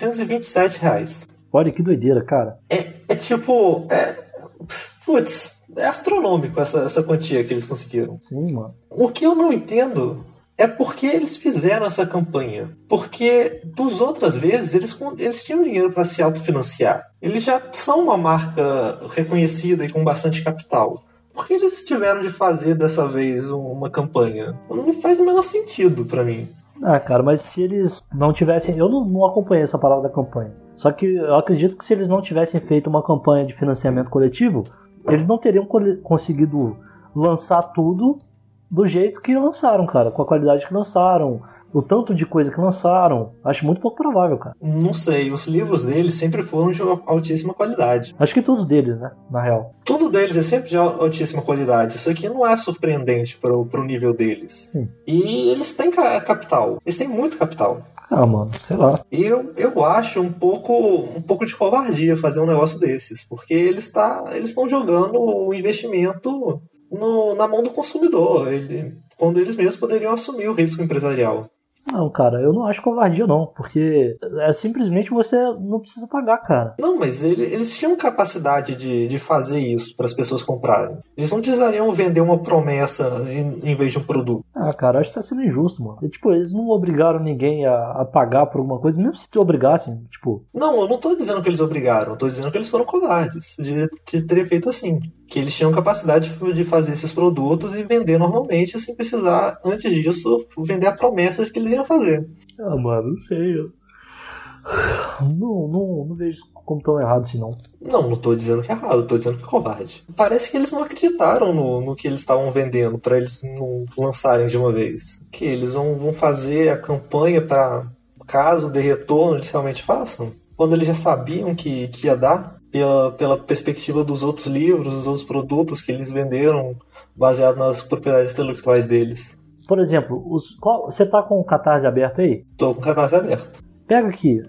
8.519.827 reais. Olha que doideira, cara. Putz, É astronômico essa quantia que eles conseguiram. Sim, mano. O que eu não entendo é porque eles fizeram essa campanha. Porque, das outras vezes, eles tinham dinheiro para se autofinanciar. Eles já são uma marca reconhecida e com bastante capital. Por que eles tiveram de fazer dessa vez uma campanha? Não faz o menor sentido para mim. Ah, cara, mas se eles não tivessem... Eu não acompanhei essa palavra da campanha. Só que eu acredito que se eles não tivessem feito uma campanha de financiamento coletivo, eles não teriam conseguido lançar tudo do jeito que lançaram, cara. Com a qualidade que lançaram, o tanto de coisa que lançaram. Acho muito pouco provável, cara. Não sei, os livros deles sempre foram de altíssima qualidade. Acho que tudo deles, né, na real. Tudo deles é sempre de altíssima qualidade. Isso aqui não é surpreendente pro nível deles. E eles têm capital. Eles têm muito capital. Ah, mano, sei lá. Eu acho um pouco de covardia fazer um negócio desses. Porque eles estão jogando o investimento na mão do consumidor, quando eles mesmos poderiam assumir o risco empresarial. Não, cara, eu não acho covardia não, porque é simplesmente você não precisa pagar, cara. Não, mas eles tinham capacidade de fazer isso para as pessoas comprarem. Eles não precisariam vender uma promessa em vez de um produto. Ah, cara, acho que tá sendo injusto, mano. Tipo, eles não obrigaram ninguém a pagar por alguma coisa, mesmo se te obrigassem, tipo... Não, eu não tô dizendo que eles obrigaram, eu tô dizendo que eles foram covardes de ter feito assim. Que eles tinham capacidade de fazer esses produtos e vender normalmente, sem precisar, antes disso, vender a promessa de que eles iam fazer. Ah, mano, não sei. Eu não vejo como tão errado assim, não. Não tô dizendo que é errado, tô dizendo que é covarde. Parece que eles não acreditaram no que eles estavam vendendo, pra eles não lançarem de uma vez. Que eles vão fazer a campanha pra, caso dê retorno, eles realmente façam. Quando eles já sabiam que ia dar. Pela perspectiva dos outros livros, dos outros produtos que eles venderam baseado nas propriedades intelectuais deles. Por exemplo, você tá com o Catarse aberto aí? Tô com o Catarse aberto. Pega aqui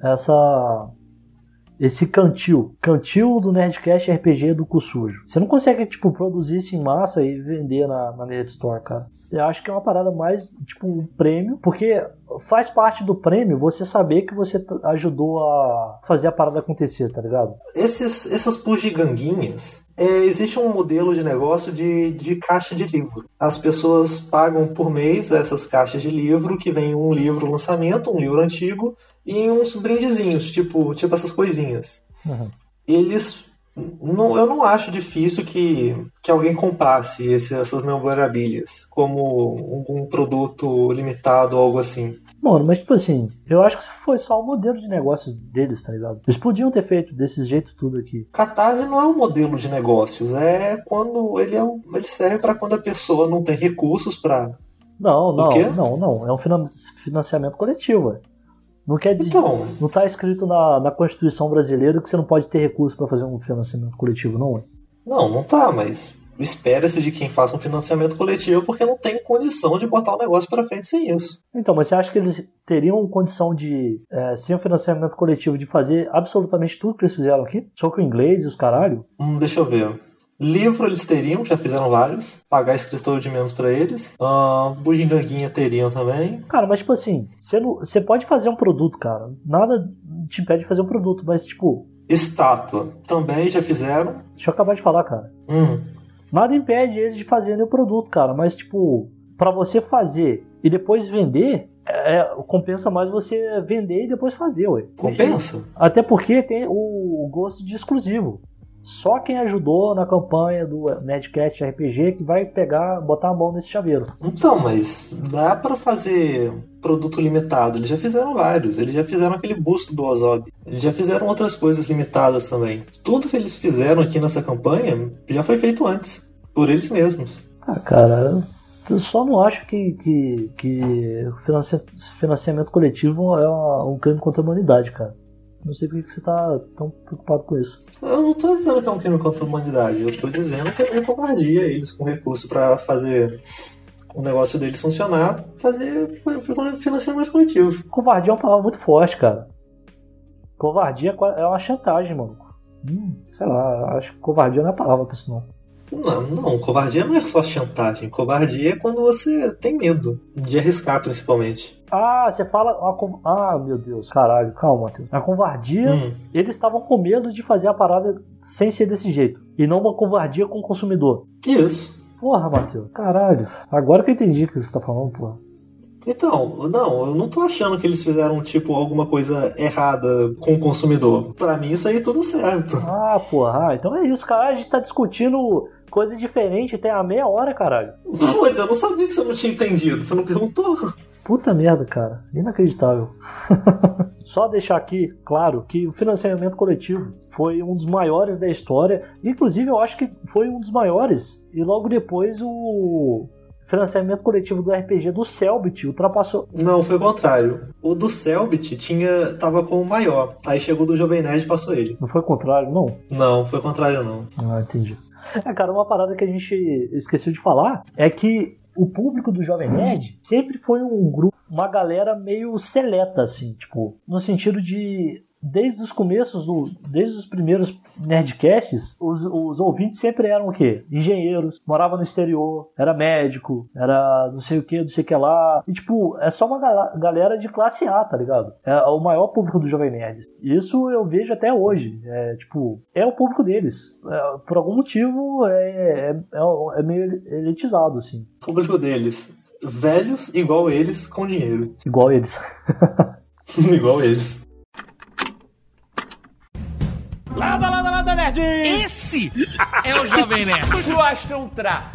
esse cantil do Nerdcast RPG do Cu Sujo. Você não consegue, tipo, produzir isso em massa e vender na Nerd Store, cara. Eu acho que é uma parada mais, tipo, um prêmio, porque faz parte do prêmio você saber que você ajudou a fazer a parada acontecer, tá ligado? Essas bugiganguinhas, existe um modelo de negócio de caixa de livro. As pessoas pagam por mês essas caixas de livro, que vem um livro lançamento, um livro antigo, e uns brindezinhos, tipo essas coisinhas. Uhum. Eu não acho difícil que alguém comprasse essas memorabilias como um produto limitado ou algo assim. Mano, mas tipo assim, eu acho que foi só o modelo de negócio deles, tá ligado? Eles podiam ter feito desse jeito tudo aqui. Catarse não é um modelo de negócios, é quando ele serve para quando a pessoa não tem recursos para... Não, é um financiamento coletivo, ué. Não quer dizer, então, não tá escrito na Constituição brasileira que você não pode ter recurso para fazer um financiamento coletivo, não é? Não tá, mas espera-se de quem faça um financiamento coletivo porque não tem condição de botar o negócio para frente sem isso. Então, mas você acha que eles teriam condição de, sem o financiamento coletivo, de fazer absolutamente tudo que eles fizeram aqui? Só com o inglês e os caralho? Deixa eu ver. Livro eles teriam, já fizeram vários. Pagar escritor de menos pra eles. Bugiganguinha teriam também. Cara, mas tipo assim, você pode fazer um produto, cara. Nada te impede de fazer um produto, mas tipo... Estátua também já fizeram. Deixa eu acabar de falar, cara. Nada impede eles de fazerem o produto, cara. Mas tipo, pra você fazer e depois vender... compensa mais você vender e depois fazer, ué. Compensa? Até porque tem o gosto de exclusivo. Só quem ajudou na campanha do Nerdcast RPG que vai botar a mão nesse chaveiro. Então, mas dá pra fazer produto limitado. Eles já fizeram vários. Eles já fizeram aquele busto do Ozob. Eles já fizeram outras coisas limitadas também. Tudo que eles fizeram aqui nessa campanha já foi feito antes. Por eles mesmos. Ah, cara... Eu só não acho que financiamento coletivo é um crime contra a humanidade, cara. Não sei por que você tá tão preocupado com isso. Eu não tô dizendo que é um crime contra a humanidade. Eu tô dizendo que é meio covardia eles com recurso pra fazer o negócio deles funcionar, fazer financiamento coletivo. Covardia é uma palavra muito forte, cara. Covardia é uma chantagem, mano. Sei lá, acho que covardia não é a palavra pra isso não. Não, covardia não é só chantagem. Covardia é quando você tem medo de arriscar, principalmente. Ah, você fala... Ah, meu Deus, caralho, calma, Matheus. A covardia, eles estavam com medo de fazer a parada sem ser desse jeito. E não uma covardia com o consumidor. Isso. Porra, Matheus, caralho. Agora que eu entendi o que você tá falando, porra. Então, não, eu não tô achando que eles fizeram, tipo, alguma coisa errada com o consumidor. Pra mim, isso aí é tudo certo. Ah, porra, então é isso, caralho. A gente tá discutindo coisa diferente tem a meia hora, caralho. Putz, eu não sabia que você não tinha entendido. Você não perguntou. Puta merda, cara. Inacreditável. Só deixar aqui claro que o financiamento coletivo foi um dos maiores da história. Inclusive, eu acho que foi um dos maiores. E logo depois o financiamento coletivo do RPG do Cellbit ultrapassou. Não, foi o contrário. O do Cellbit tava como maior. Aí chegou do Jovem Nerd e passou ele. Não foi o contrário, não? Não, foi o contrário, não. Ah, entendi. Cara, uma parada que a gente esqueceu de falar é que o público do Jovem Nerd sempre foi um grupo, uma galera meio seleta, assim, tipo, no sentido de, desde os começos, desde os primeiros Nerdcasts, os ouvintes sempre eram o quê? Engenheiros, morava no exterior, era médico, era não sei o que lá. E, tipo, é só uma galera de classe A, tá ligado? É o maior público do Jovem Nerd. Isso eu vejo até hoje. É o público deles. Por algum motivo, é meio elitizado, assim. O público deles, velhos igual eles, com dinheiro. Igual eles. Igual eles. Lada, nerd! Esse é o Jovem Nerd. Pro Astron Tra.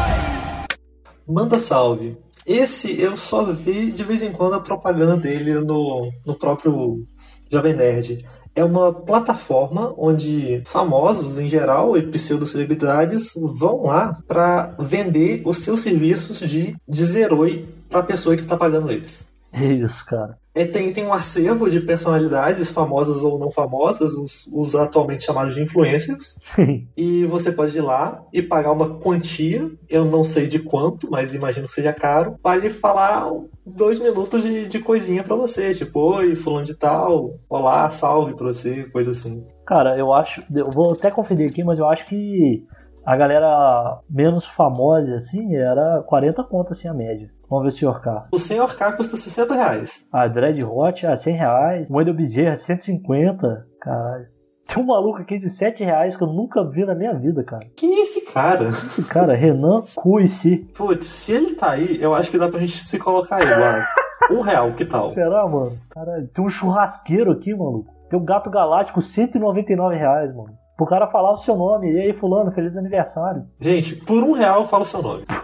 Manda salve. Esse eu só vi de vez em quando a propaganda dele no próprio Jovem Nerd. É uma plataforma onde famosos em geral e pseudo-celebridades vão lá para vender os seus serviços de dizer oi para a pessoa que está pagando eles. Isso, cara. Tem um acervo de personalidades famosas ou não famosas, os atualmente chamados de influencers. Sim. E você pode ir lá e pagar uma quantia, eu não sei de quanto, mas imagino que seja caro, para ele falar 2 minutos de coisinha pra você, tipo, oi, fulano de tal, olá, salve pra você, coisa assim. Cara, eu vou até conferir aqui, mas eu acho que a galera menos famosa, assim, era 40 conto, assim, a média. Vamos ver o Sr. K. O Sr. K custa R$60. A Dread Hot, R$100. O Wendel Bezerra, 150. Caralho. Tem um maluco aqui de R$7 que eu nunca vi na minha vida, cara. Quem é esse cara? Esse cara, Renan Cuici. Putz, se ele tá aí, eu acho que dá pra gente se colocar aí, mas R$1, que tal? Será, mano? Caralho, tem um churrasqueiro aqui, maluco. Tem um Gato Galáctico, R$199, mano. Pro cara falar o seu nome. E aí, fulano, feliz aniversário. Gente, por R$1 eu falo o seu nome.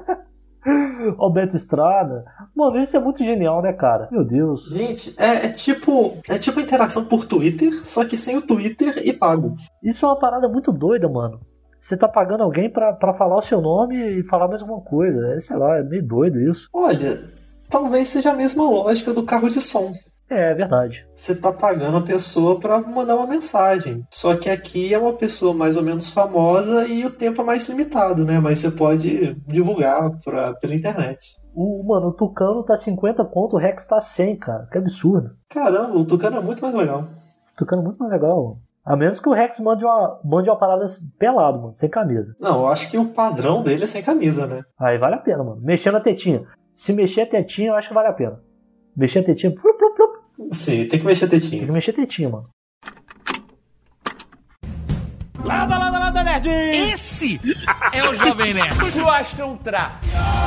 Alberto Estrada. Mano, isso é muito genial, né, cara? Meu Deus. Gente, é tipo interação por Twitter, só que sem o Twitter e pago. Isso é uma parada muito doida, mano. Você tá pagando alguém pra falar o seu nome e falar mais alguma coisa. Sei lá, é meio doido isso. Olha, talvez seja a mesma lógica do carro de som. É verdade. Você tá pagando a pessoa pra mandar uma mensagem. Só que aqui é uma pessoa mais ou menos famosa e o tempo é mais limitado, né? Mas você pode divulgar pela internet. Mano, o Tucano tá 50 conto, o Rex tá 100, cara. Que absurdo. Caramba, o Tucano é muito mais legal. O Tucano é muito mais legal, mano. A menos que o Rex mande uma parada pelado, mano, sem camisa. Não, eu acho que o padrão dele é sem camisa, né? Aí vale a pena, mano. Mexendo a tetinha. Se mexer a tetinha, eu acho que vale a pena. Mexer a tetinha... Plup, plup, plup. Sim, tem que mexer a tetinha. Tem que mexer a tetinha, mano. Lada, nerd! Esse é o Jovem Nerd. Pro Astron Tra.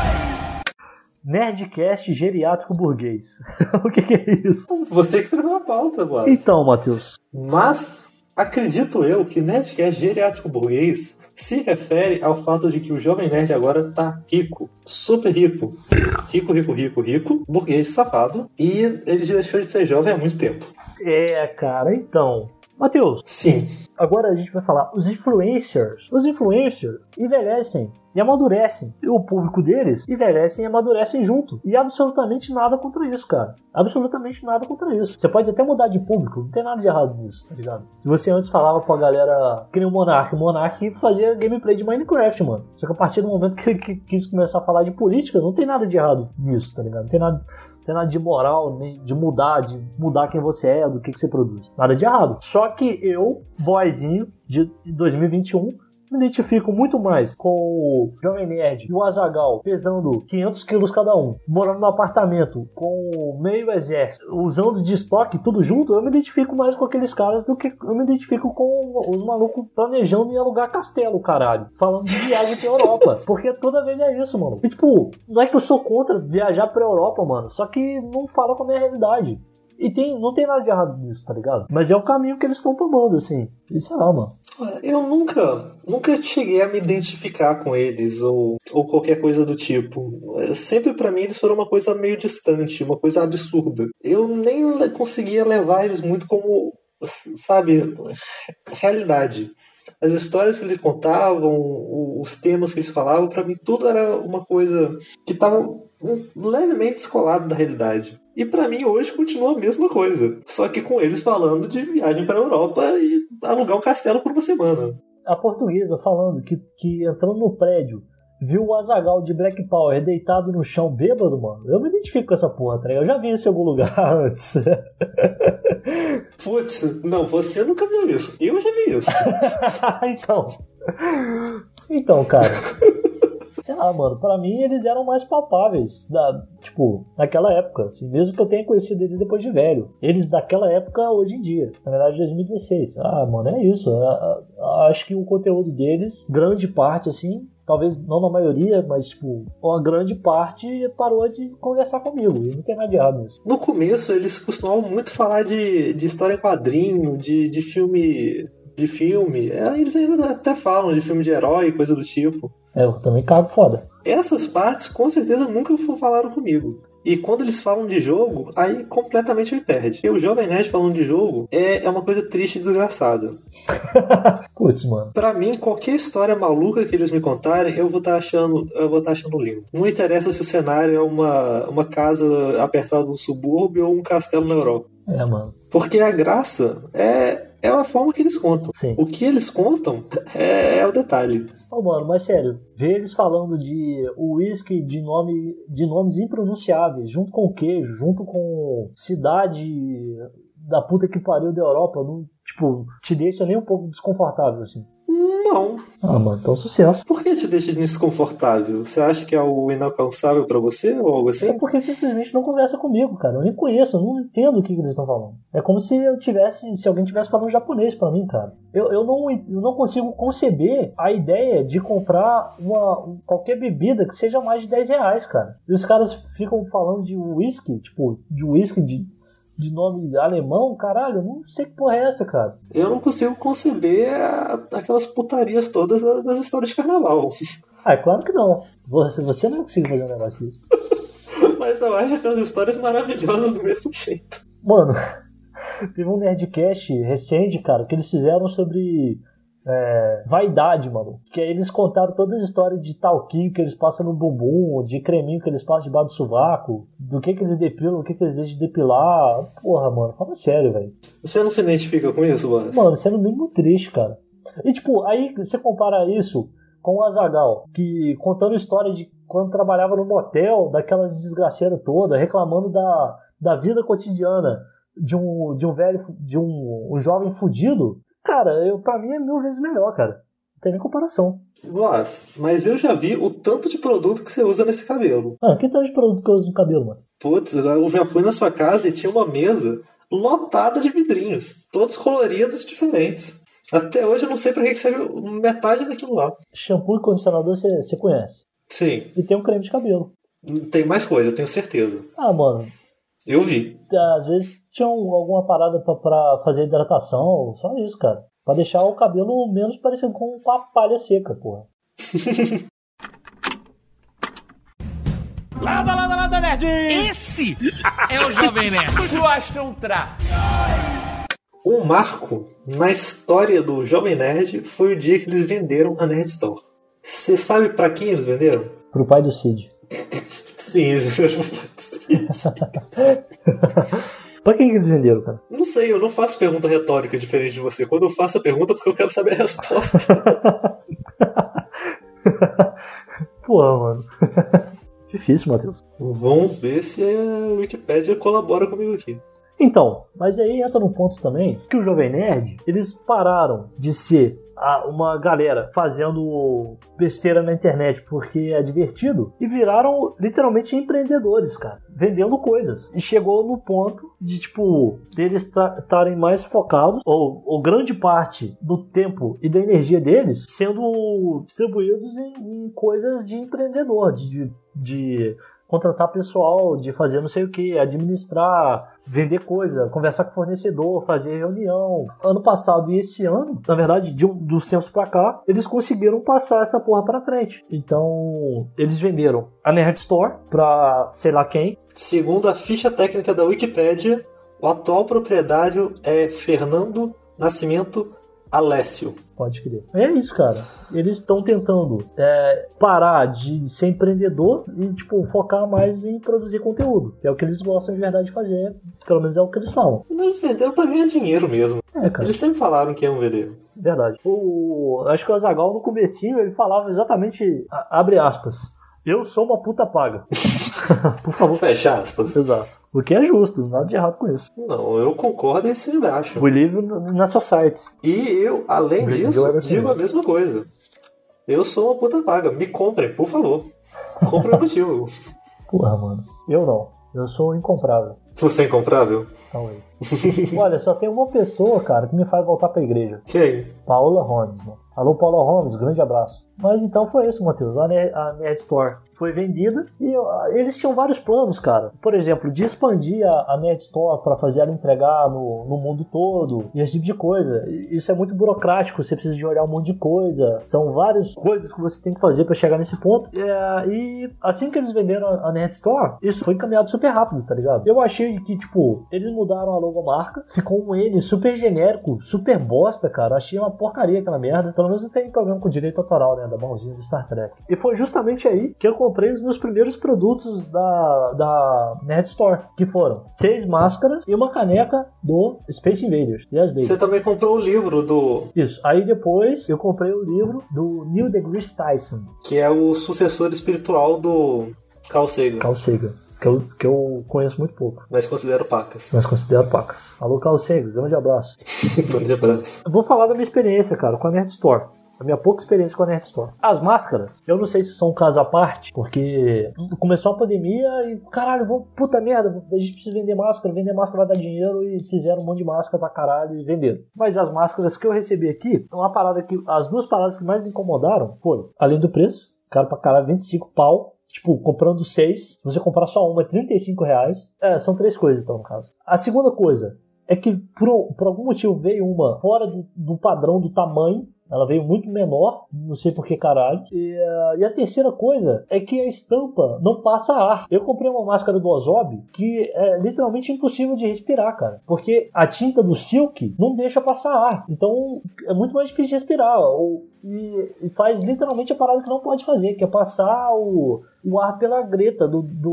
Nerdcast geriátrico burguês. O que é isso? Você que escreveu a pauta, Boas. Então, Matheus. Mas, acredito eu que Nerdcast geriátrico burguês se refere ao fato de que o Jovem Nerd agora tá rico. Super rico. Rico. Burguês safado. E ele já deixou de ser jovem há muito tempo. É, cara, então... Matheus. Sim. Agora a gente vai falar. Os influencers envelhecem e amadurecem. E o público deles envelhecem e amadurecem junto. E absolutamente nada contra isso, cara. Absolutamente nada contra isso. Você pode até mudar de público. Não tem nada de errado nisso, tá ligado? Se você antes falava pra galera que nem o Monark fazia gameplay de Minecraft, mano. Só que a partir do momento que ele quis começar a falar de política, não tem nada de errado nisso, tá ligado? Não tem nada de moral, nem de mudar quem você é, do que você produz. Nada de errado. Só que eu, boyzinho de 2021, Me identifico muito mais com o Jovem Nerd e o Azaghal pesando 500 quilos cada um, morando num apartamento com meio exército, usando de estoque tudo junto. Eu me identifico mais com aqueles caras do que eu me identifico com os malucos planejando em alugar castelo, caralho, falando de viagem pra Europa, porque toda vez é isso, mano. E tipo, não é que eu sou contra viajar pra Europa, mano, só que não fala com a minha realidade. E não tem nada de errado nisso, tá ligado? Mas é o caminho que eles estão tomando, assim. Isso é lá, mano. Eu nunca cheguei a me identificar com eles ou qualquer coisa do tipo. Sempre pra mim eles foram uma coisa meio distante, uma coisa absurda. Eu nem conseguia levar eles muito como, sabe, realidade. As histórias que eles contavam, os temas que eles falavam, pra mim tudo era uma coisa que tava levemente descolado da realidade. E pra mim hoje continua a mesma coisa. Só que com eles falando de viagem pra Europa e alugar um castelo por uma semana. A portuguesa falando que entrando no prédio viu o Azaghal de Black Power deitado no chão bêbado, mano. Eu me identifico com essa porra, tá ligado? Eu já vi isso em algum lugar antes. Putz, não, você nunca viu isso. Eu já vi isso. Então, cara... Sei lá, mano, pra mim eles eram mais palpáveis, naquela época, assim, mesmo que eu tenha conhecido eles depois de velho. Eles daquela época, hoje em dia, na verdade 2016. Mano, é isso. Acho que o conteúdo deles, grande parte, assim, talvez não na maioria, mas, uma grande parte parou de conversar comigo, e não tem nada de errado nisso. No começo, eles costumavam muito falar de história em quadrinho, de filme... Eles ainda até falam de filme de herói, coisa do tipo. Eu também cago foda. Essas partes, com certeza, nunca falaram comigo. E quando eles falam de jogo, aí completamente me perde. Porque o Jovem Nerd falando de jogo é uma coisa triste e desgraçada. Putz, mano. Pra mim, qualquer história maluca que eles me contarem, eu vou estar achando lindo. Não interessa se o cenário é uma casa apertada no subúrbio ou um castelo na Europa. É, mano. Porque a graça é a forma que eles contam. Sim. O que eles contam é o detalhe. Mano, mas sério, ver eles falando de uísque de nomes impronunciáveis, junto com queijo, junto com cidade da puta que pariu da Europa, não, te deixa nem um pouco desconfortável, assim. Não. Mano, então sucesso. Por que te deixa desconfortável? Você acha que é algo inalcançável pra você ou algo assim? É porque simplesmente não conversa comigo, cara. Eu nem conheço, eu não entendo o que eles estão falando. É como se alguém tivesse falando japonês pra mim, cara. Eu não consigo conceber a ideia de comprar qualquer bebida que seja mais de R$10, cara. E os caras ficam falando de uísque, de nome alemão, caralho, eu não sei que porra é essa, cara. Eu não consigo conceber aquelas putarias todas das histórias de carnaval. É claro que não. Você não consegue fazer um negócio desse. Mas eu acho aquelas histórias maravilhosas do mesmo jeito. Mano, teve um Nerdcast recente, cara, que eles fizeram sobre vaidade, mano. Que aí eles contaram todas as histórias de talquinho que eles passam no bumbum, de creminho que eles passam debaixo do sovaco, do que eles depilam, do que eles deixam de depilar. Porra, mano, fala sério, velho. Você não se identifica com isso, mano? Mano, isso é no mínimo triste, cara. E aí você compara isso com o Azaghal, que contando história de quando trabalhava no motel, daquelas desgraceiras todas, reclamando da vida cotidiana de um jovem fudido. Cara, pra mim é 1000 vezes melhor, cara. Não tem nem comparação. Mas eu já vi o tanto de produto que você usa nesse cabelo. Que tanto de produto que eu uso no cabelo, mano? Putz, eu já fui na sua casa e tinha uma mesa lotada de vidrinhos. Todos coloridos e diferentes. Até hoje eu não sei pra que serve metade daquilo lá. Shampoo e condicionador você conhece? Sim. E tem um creme de cabelo. Tem mais coisa, eu tenho certeza. Mano. Eu vi. Às vezes tinha alguma parada pra fazer hidratação, só isso, cara. Pra deixar o cabelo menos parecido com uma palha seca, porra. Lada, nerd! Esse é o Jovem Nerd. Gostam tra. Um marco na história do Jovem Nerd foi o dia que eles venderam a Nerd Store. Você sabe pra quem eles venderam? Pro pai do Cid. Sim, eles venderam pro pai do Cid. Pra quem eles venderam, cara? Não sei, eu não faço pergunta retórica diferente de você. Quando eu faço a pergunta, é porque eu quero saber a resposta. Porra, mano. Difícil, Matheus. Vamos ver se a Wikipédia colabora comigo aqui. Então, mas aí entra num ponto também que o Jovem Nerd, eles pararam de ser uma galera fazendo besteira na internet porque é divertido e viraram literalmente empreendedores, cara, vendendo coisas. E chegou no ponto de, tipo, deles estarem mais focados, ou grande parte do tempo e da energia deles sendo distribuídos em coisas de empreendedor, de contratar pessoal, de fazer não sei o que, administrar, vender coisa, conversar com fornecedor, fazer reunião. Ano passado e esse ano, na verdade, dos tempos pra cá, eles conseguiram passar essa porra pra frente. Então, eles venderam a Nerd Store pra sei lá quem. Segundo a ficha técnica da Wikipédia, o atual proprietário é Fernando Nascimento Alessio. Pode crer. É isso, cara. Eles estão tentando parar de ser empreendedor e, tipo, focar mais em produzir conteúdo. Que é o que eles gostam de verdade de fazer. Pelo menos é o que eles falam. Eles venderam pra ganhar dinheiro mesmo. Cara. Eles sempre falaram que iam vender. Verdade. Acho que o Azaghal, no comecinho, ele falava exatamente, abre aspas, eu sou uma puta paga. Por favor. Fecha aspas. Exato. O que é justo, nada de errado com isso. Não, eu concordo e assim embaixo. We live na society. E eu, além disso, digo a mesma coisa. Eu sou uma puta paga. Me comprem, por favor. Comprem o motivo. Porra, mano. Eu não. Eu sou incomprável. Você é incomprável? Talvez. Olha, só tem uma pessoa, cara, que me faz voltar pra igreja. Quem? Paola Holmes, mano. Alô, Paola Holmes, grande abraço. Mas então foi isso, Matheus. A Nerd Store foi vendida e eles tinham vários planos, cara. Por exemplo, de expandir a Nerd Store para fazer ela entregar no mundo todo e esse tipo de coisa. Isso é muito burocrático, você precisa de olhar um monte de coisa. São várias coisas que você tem que fazer para chegar nesse ponto. E assim que eles venderam a Nerd Store, isso foi encaminhado super rápido, tá ligado? Eu achei que, tipo, eles mudaram a logomarca, ficou um N super genérico, super bosta, cara. Achei uma porcaria aquela merda. Pelo menos não tem problema com direito autoral, né? Da mãozinha do Star Trek. E foi justamente aí que eu comprei os meus primeiros produtos da Nerd Store, que foram 6 máscaras e uma caneca do Space Invaders. Você também comprou o livro do... Isso. Aí depois eu comprei o livro do Neil deGrasse Tyson, que é o sucessor espiritual do Carl Sagan. Carl Sagan. Que eu conheço muito pouco. Mas considero pacas. Alô, Carl Sagan, grande abraço. Grande abraço. Eu vou falar da minha experiência, cara, com a Nerd Store. A minha pouca experiência com a Nerd Store. As máscaras, eu não sei se são um caso à parte, porque começou a pandemia e, caralho, puta merda, a gente precisa vender máscara vai dar dinheiro, e fizeram um monte de máscara pra caralho e venderam. Mas as máscaras que eu recebi aqui, as duas paradas que mais me incomodaram foi, além do preço, caro pra caralho, 25 pau, tipo, comprando 6, se você comprar só uma é R$35. São 3 coisas então, no caso. A segunda coisa é que por algum motivo veio uma fora do padrão do tamanho. Ela veio muito menor, não sei por que caralho. E a terceira coisa é que a estampa não passa ar. Eu comprei uma máscara do Ozob que é literalmente impossível de respirar, cara. Porque a tinta do Silk não deixa passar ar. Então é muito mais difícil de respirar. E faz literalmente a parada que não pode fazer, que é passar o ar pela greta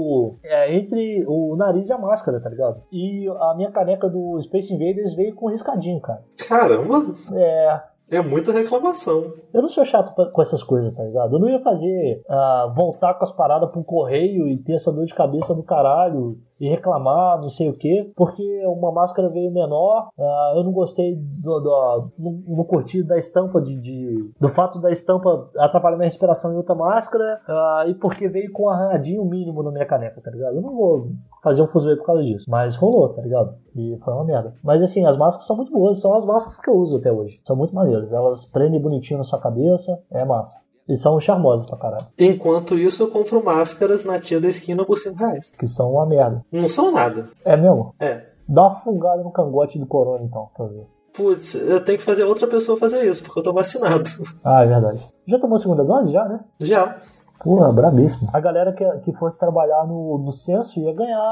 entre o nariz e a máscara, tá ligado? E a minha caneca do Space Invaders veio com riscadinho, cara. Caramba! É muita reclamação. Eu não sou chato com essas coisas, tá ligado? Eu não ia fazer voltar com as paradas pro correio e ter essa dor de cabeça do caralho e reclamar, não sei o que, porque uma máscara veio menor, eu não gostei não curti da estampa do fato da estampa atrapalhar minha respiração em outra máscara, e porque veio com um arranhadinho mínimo na minha caneca, tá ligado? Eu não vou fazer um fuzuê por causa disso, mas rolou, tá ligado? E foi uma merda. Mas assim, as máscaras são muito boas, são as máscaras que eu uso até hoje, são muito maneiras, elas prendem bonitinho na sua cabeça, é massa. E são charmosas pra caralho. Enquanto isso, eu compro máscaras na tia da esquina por R$5. Que são uma merda. Não são nada. É mesmo? É. Dá uma fungada no cangote do corona, então, pra ver. Putz, eu tenho que fazer outra pessoa fazer isso, porque eu tô vacinado. Ah, é verdade. Já tomou a segunda dose, já, né? Já. Porra, brabíssimo. A galera que fosse trabalhar no censo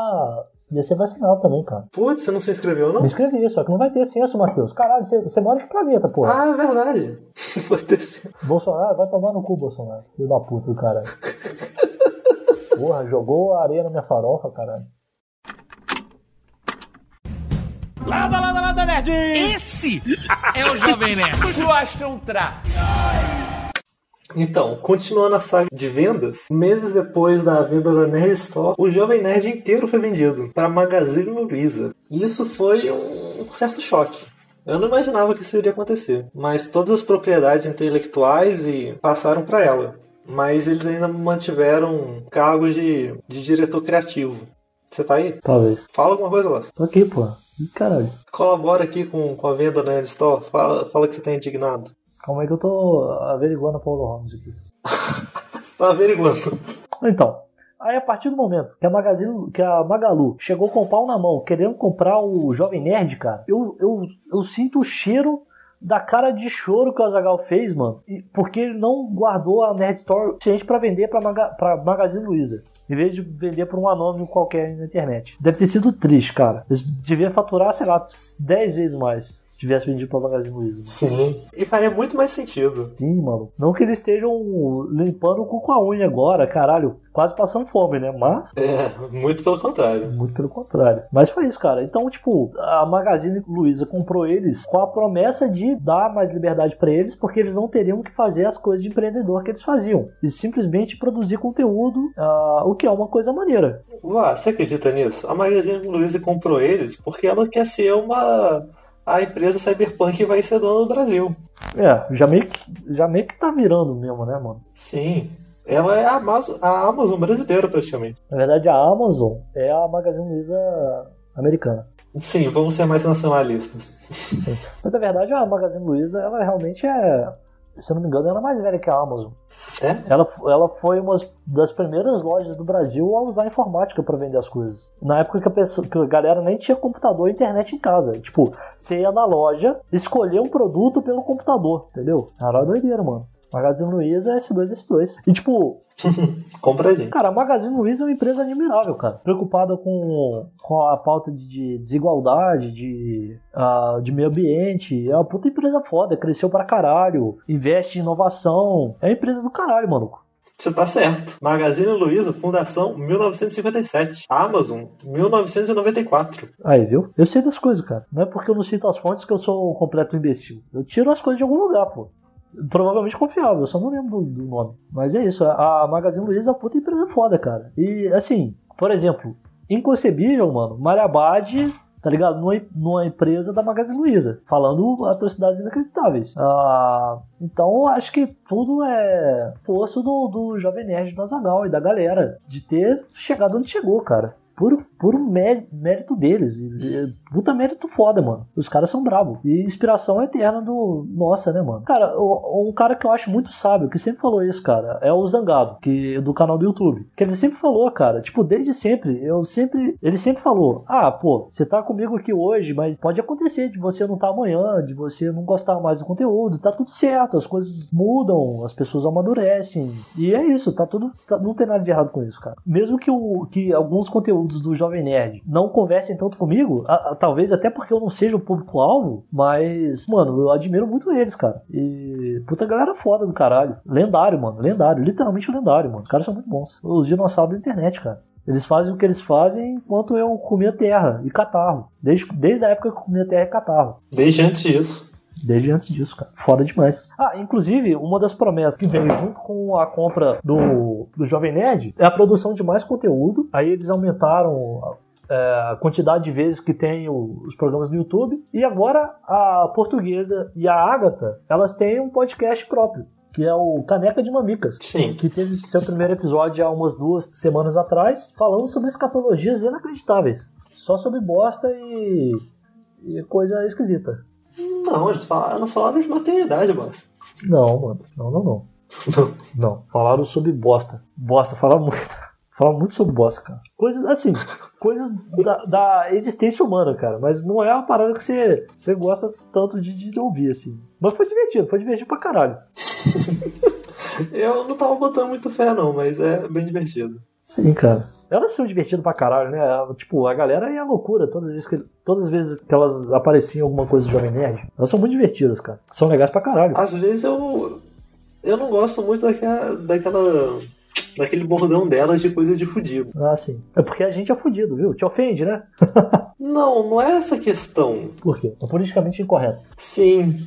ia ser vacinado também, cara. Putz, você não se inscreveu, não? Me inscrevi, só que não vai ter censo, Matheus. Caralho, você mora em que planeta, porra? Ah, é verdade. Não pode ter censo. Bolsonaro, vai tomar no cu, Bolsonaro. Filho da puta do caralho. Porra, jogou a areia na minha farofa, caralho. Lada, nerd! Esse é o Jovem Nerd. Croastrontra. Então, continuando a saga de vendas, meses depois da venda da Nerd Store, o Jovem Nerd inteiro foi vendido para a Magazine Luiza. E isso foi um certo choque. Eu não imaginava que isso iria acontecer. Mas todas as propriedades intelectuais passaram para ela. Mas eles ainda mantiveram cargos de diretor criativo. Você tá aí? Talvez. Fala alguma coisa, Lázaro. Tô aqui, pô. Ih, caralho. Colabora aqui com a venda na Store. Fala que você tá indignado. Calma aí que eu tô averiguando a Paulo Ramos aqui. Você tá averiguando. Então, aí a partir do momento que a Magalu chegou com o pau na mão, querendo comprar o Jovem Nerd, cara, eu sinto o cheiro da cara de choro que o Azaghal fez, mano, porque ele não guardou a Nerd Store suficiente pra vender pra Magazine Luiza, em vez de vender pra um anônimo qualquer na internet. Deve ter sido triste, cara. Eles deviam faturar, sei lá, 10 vezes mais se tivesse vendido pra Magazine Luiza. Sim. E faria muito mais sentido. Sim, mano. Não que eles estejam limpando o cu com a unha agora, caralho. Quase passando fome, né? Mas... muito pelo contrário. Muito pelo contrário. Mas foi isso, cara. Então, tipo, a Magazine Luiza comprou eles com a promessa de dar mais liberdade pra eles, porque eles não teriam que fazer as coisas de empreendedor que eles faziam. E simplesmente produzir conteúdo, o que é uma coisa maneira. Ué, você acredita nisso? A Magazine Luiza comprou eles porque ela quer ser a empresa cyberpunk vai ser dona do Brasil. Já meio que tá virando mesmo, né, mano? Sim. Ela é a Amazon brasileira, praticamente. Na verdade, a Amazon é a Magazine Luiza americana. Sim, vamos ser mais nacionalistas. Sim. Mas, na verdade, a Magazine Luiza, ela realmente se eu não me engano, ela é mais velha que a Amazon. É? Ela foi uma das primeiras lojas do Brasil a usar informática para vender as coisas. Na época que a galera nem tinha computador e internet em casa. Tipo, você ia na loja, escolher um produto pelo computador, entendeu? Era doideira, mano. Magazine Luiza é S2. E tipo... Compra a gente. Cara, a Magazine Luiza é uma empresa admirável, cara. Preocupada com a pauta de desigualdade, de meio ambiente. É uma puta empresa foda, cresceu pra caralho, investe em inovação. É uma empresa do caralho, maluco. Você tá certo. Magazine Luiza, fundação 1957. Amazon, 1994. Aí, viu? Eu sei das coisas, cara. Não é porque eu não cito as fontes que eu sou um completo imbecil. Eu tiro as coisas de algum lugar, pô. Provavelmente confiável, eu só não lembro do nome. Mas é isso, a Magazine Luiza é uma puta empresa foda, cara. E assim, por exemplo, inconcebível, mano, Mariabad, tá ligado? Numa empresa da Magazine Luiza, falando atrocidades inacreditáveis. Então acho que tudo é força do Jovem Nerd do Azaghal e da galera, de ter chegado onde chegou, cara. Puro mérito deles. Puta mérito foda, mano. Os caras são bravos. E inspiração eterna nossa, né, mano? Cara, um cara que eu acho muito sábio, que sempre falou isso, cara, é o Zangado, do canal do YouTube. Que ele sempre falou, cara, tipo, desde sempre, ele sempre falou, pô, você tá comigo aqui hoje, mas pode acontecer de você não tá amanhã, de você não gostar mais do conteúdo, tá tudo certo, as coisas mudam, as pessoas amadurecem. E é isso, não tem nada de errado com isso, cara. Mesmo que alguns conteúdos do Jovem Nerd não conversem tanto comigo, talvez até porque eu não seja o público-alvo, mas, mano, eu admiro muito eles, cara. E puta galera foda do caralho. Lendário, mano, lendário, literalmente lendário, mano. Os caras são muito bons. Os dinossauros da internet, cara. Eles fazem o que eles fazem enquanto eu comia terra e catarro. Desde a época que eu comia terra e catarro. Desde antes disso. Desde antes disso, cara. Foda demais. Inclusive, uma das promessas que veio junto com a compra do Jovem Nerd é a produção de mais conteúdo. Aí eles aumentaram a quantidade de vezes que tem os programas no YouTube. E agora a Portuguesa e a Agatha, elas têm um podcast próprio, que é o Caneca de Mamicas. Sim. Que teve seu primeiro episódio há umas 2 semanas atrás, falando sobre escatologias inacreditáveis. Só sobre bosta e coisa esquisita. Não, eles falaram de maternidade, boss. Não, mano. Não. Falaram sobre bosta. Falaram muito sobre bosta, cara. Coisas assim, coisas da existência humana, cara. Mas não é uma parada que você gosta tanto de ouvir, assim. Mas foi divertido pra caralho. Eu não tava botando muito fé, não, mas é bem divertido. Sim, cara. Elas são divertidas pra caralho, né? Tipo, a galera ia loucura todas as vezes que elas apareciam em alguma coisa do Jovem Nerd. Elas são muito divertidas, cara. São legais pra caralho. Às vezes eu não gosto muito daquele bordão delas de coisa de fudido. Sim. É porque a gente é fudido, viu? Te ofende, né? Não é essa a questão. Por quê? É politicamente incorreto. Sim.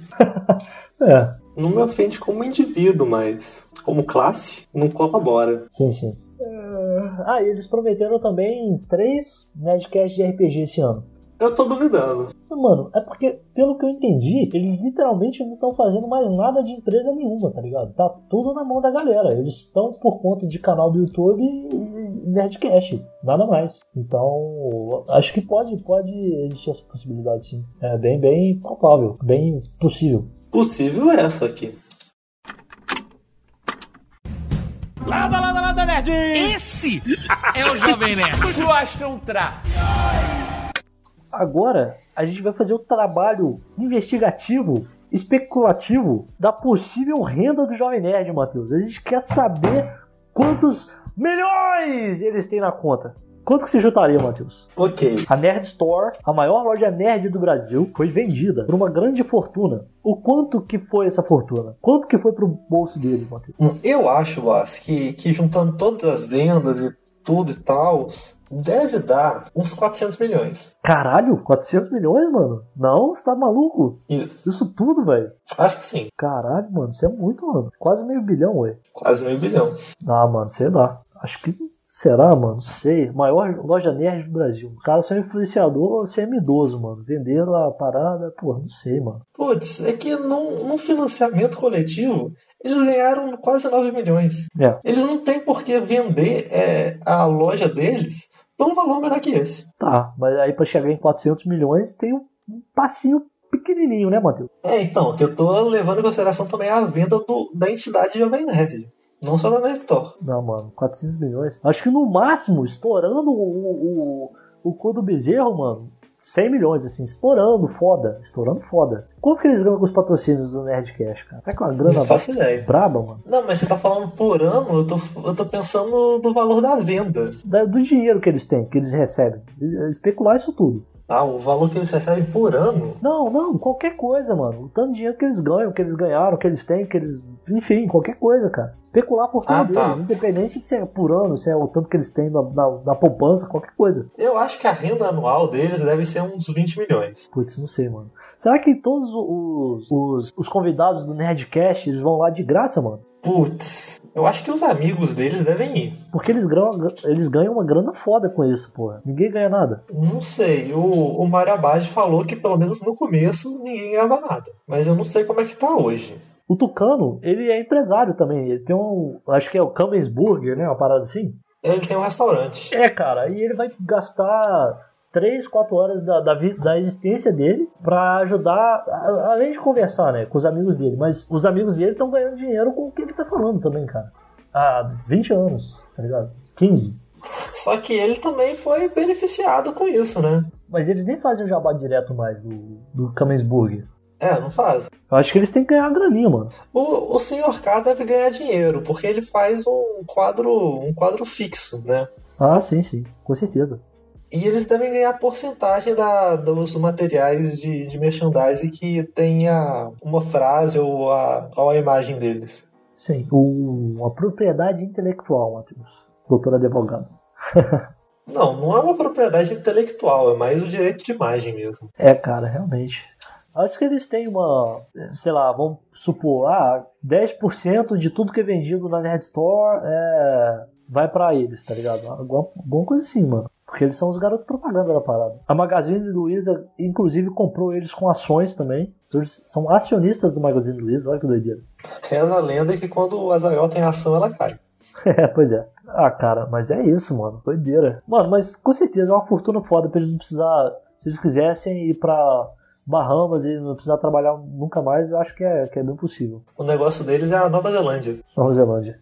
Não me ofende como indivíduo, mas como classe, não colabora. Sim. E eles prometeram também 3 Nerdcasts de RPG esse ano. Eu tô duvidando. Mano, é porque, pelo que eu eu entendi, eles literalmente não estão fazendo mais nada de empresa nenhuma, tá ligado? Tá tudo na mão da galera. Eles estão por conta de canal do YouTube e Nerdcast, nada mais. Então, acho que pode existir essa possibilidade, sim. É bem palpável, bem possível. Possível é essa aqui. Lada, nerd! Esse é o Jovem Nerd. Croastrontra. Agora, a gente vai fazer o trabalho investigativo, especulativo, da possível renda do Jovem Nerd, Matheus. A gente quer saber quantos milhões eles têm na conta. Quanto que você chutaria, Matheus? Ok. A Nerd Store, a maior loja nerd do Brasil, foi vendida por uma grande fortuna. O quanto que foi essa fortuna? Quanto que foi pro bolso dele, Matheus? Eu acho, Bas, que juntando todas as vendas e tudo e tal, deve dar uns 400 milhões. Caralho, 400 milhões, mano? Não, você tá maluco? Isso Tudo, velho. Acho que sim. Caralho, mano, isso é muito, mano. Quase meio bilhão, ué. Quase meio bilhão. Ah, mano, sei lá. Acho que... Será, mano? Sei. Maior loja nerd do Brasil. O cara só é influenciador ou semi-idoso, mano. Venderam a parada, pô, não sei, mano. Putz, é que num financiamento coletivo, eles ganharam quase 9 milhões. É. Eles não têm por que vender a loja deles por um valor menor que esse. Tá, mas aí pra chegar em 400 milhões tem um passinho pequenininho, né, Matheus? Então, que eu tô levando em consideração também a venda da entidade Jovem Nerd. Não só da Nerd Store. Não, mano, 400 milhões. Acho que no máximo, estourando o cu do bezerro, mano, 100 milhões, assim, estourando foda. Quanto que eles ganham com os patrocínios do Nerdcast, cara? Será que é uma grana Não faço ideia. Braba, mano? Não, mas você tá falando por ano, eu tô pensando do valor da venda. Do dinheiro que eles têm, que eles recebem. Especular isso tudo. Ah, o valor que eles recebem por ano? Não, qualquer coisa, mano. O tanto de dinheiro que eles ganham, que eles ganharam, que eles têm, que eles... Enfim, qualquer coisa, cara. Especular por tudo deles, tá. Independente de se é por ano, se é o tanto que eles têm na poupança, qualquer coisa. Eu acho que a renda anual deles deve ser uns 20 milhões. Putz, não sei, mano. Será que todos os convidados do Nerdcast, eles vão lá de graça, mano? Putz, eu acho que os amigos deles devem ir. Porque eles ganham uma grana foda com isso, porra. Ninguém ganha nada. Não sei, o Mário Abad falou que pelo menos no começo ninguém ganhava nada. Mas eu não sei como é que tá hoje. O Tucano, ele é empresário também. Ele tem acho que é o Cummins Burger, né? Uma parada assim. Ele tem um restaurante. É, cara, e ele vai gastar 3, 4 horas da existência dele pra ajudar, além de conversar, né, com os amigos dele. Mas os amigos dele estão ganhando dinheiro com o que ele tá falando também, cara. Há 20 anos, tá ligado? 15. Só que ele também foi beneficiado com isso, né? Mas eles nem fazem o jabá direto mais do Cummins Burger. Não faz. Eu acho que eles têm que ganhar uma graninha, mano. O Sr. K deve ganhar dinheiro, porque ele faz um quadro fixo, né? Ah, sim, com certeza. E eles devem ganhar porcentagem dos materiais de merchandising que tenha uma frase ou a imagem deles. Sim, a propriedade intelectual, Matheus. Doutor advogado. Não é uma propriedade intelectual, é mais o direito de imagem mesmo. É, cara, realmente. Acho que eles têm sei lá, vamos supor, 10% de tudo que é vendido na Nerd Store vai pra eles, tá ligado? Alguma coisa assim, mano. Porque eles são os garotos propaganda da parada. A Magazine Luiza, inclusive, comprou eles com ações também. Eles são acionistas do Magazine Luiza, olha que doideira. Reza a lenda que quando o Azaghal tem ação, ela cai. Pois é. Cara, mas é isso, mano. Doideira. Mano, mas com certeza é uma fortuna foda pra eles não precisar... Se eles quisessem ir pra Bahamas e não precisar trabalhar nunca mais, eu acho que é bem possível. O negócio deles é a Nova Zelândia. Nova Zelândia.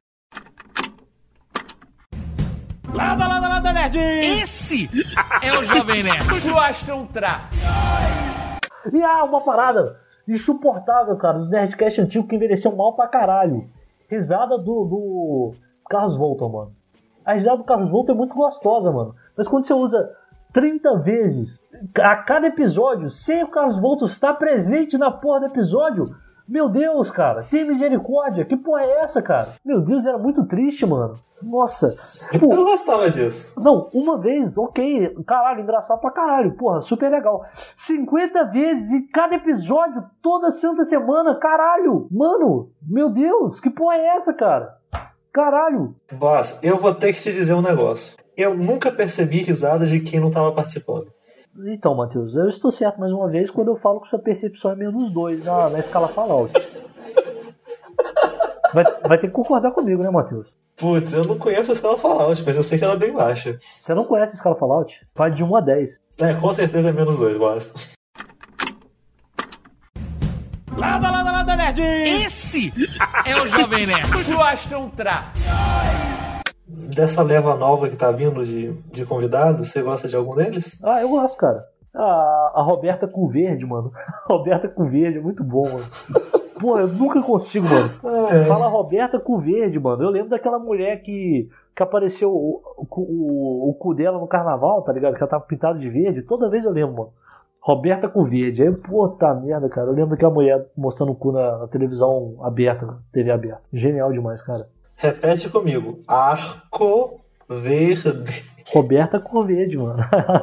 Lada, nerd! Esse é o Jovem Nerd. Croastrontra. E uma parada insuportável, cara, dos Nerdcast antigos que envelheceu mal pra caralho. Risada do Carlos Volta, mano. A risada do Carlos Volta é muito gostosa, mano. Mas quando você usa 30 vezes a cada episódio, sem o Carlos Volta estar presente na porra do episódio, meu Deus, cara, tem misericórdia. Que porra é essa, cara? Meu Deus, era muito triste, mano. Nossa. Tipo, eu gostava disso. Não, uma vez, ok. Caralho, engraçado pra caralho. Porra, super legal. 50 vezes em cada episódio, toda santa semana. Caralho. Mano, meu Deus, que porra é essa, cara? Caralho. Boss, eu vou ter que te dizer um negócio. Eu nunca percebi risadas de quem não tava participando. Então, Matheus, eu estou certo mais uma vez quando eu falo que sua percepção é -2 na escala Fallout. Vai ter que concordar comigo, né, Matheus? Putz, eu não conheço a escala Fallout, mas eu sei que ela é bem baixa. Você não conhece a escala Fallout? Vai de 1 a 10. Com certeza é -2, boss. Lada, nerd! Esse é o Jovem Nerd. Gostam tra. Dessa leva nova que tá vindo de convidados, você gosta de algum deles? Ah, eu gosto, cara. A Roberta com verde, mano. A Roberta com verde é muito bom, mano. Pô, eu nunca consigo, mano. Fala Roberta com verde, mano. Eu lembro daquela mulher que apareceu o cu dela no carnaval, tá ligado? Que ela tava pintada de verde. Toda vez eu lembro, mano. Roberta com verde. Aí, puta merda, cara. Eu lembro daquela mulher mostrando o cu na televisão aberta, TV aberta. Genial demais, cara. Repete comigo. Arco verde. Roberta com verde, mano.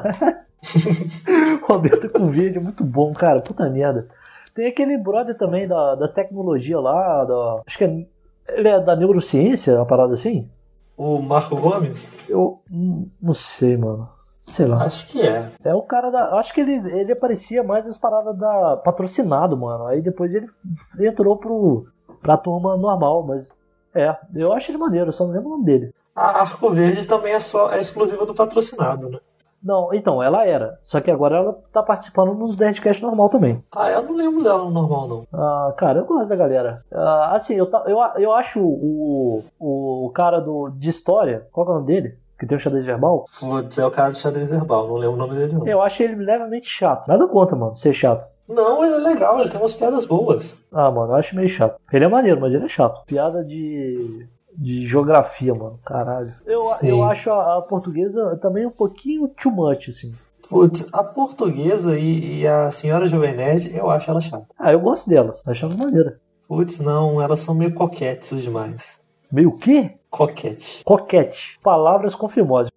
Roberta com verde é muito bom, cara. Puta merda. Tem aquele brother também das tecnologias lá. Acho que ele é da neurociência, uma parada assim. O Marco Gomes? Eu não sei, mano. Sei lá. Acho que é. É o cara da... Acho que ele aparecia mais nas paradas da patrocinado, mano. Aí depois ele entrou pra turma normal, mas... eu acho ele maneiro, só não lembro o nome dele. A Arco Verde também é exclusiva do patrocinado, né? Não, então, ela era. Só que agora ela tá participando nos Nerdcast normal também. Eu não lembro dela no normal, não. Cara, eu gosto da galera. Assim, eu acho o cara de história... Qual é o nome dele? Que tem o xadrez verbal? Putz, é o cara do xadrez verbal, não lembro o nome dele, não. Eu acho ele levemente chato. Nada contra, mano, ser chato. Não, ele é legal, ele tem umas piadas boas. Mano, eu acho meio chato. Ele é maneiro, mas ele é chato. Piada de geografia, mano. Caralho. Eu acho a portuguesa também um pouquinho too much, assim. Putz, a portuguesa e a senhora Jovem Nerd, eu acho ela chata. Eu gosto delas. Acho ela maneira. Putz, não, elas são meio coquetes demais. Meio o quê? Coquete. Coquete. Palavras com fimose.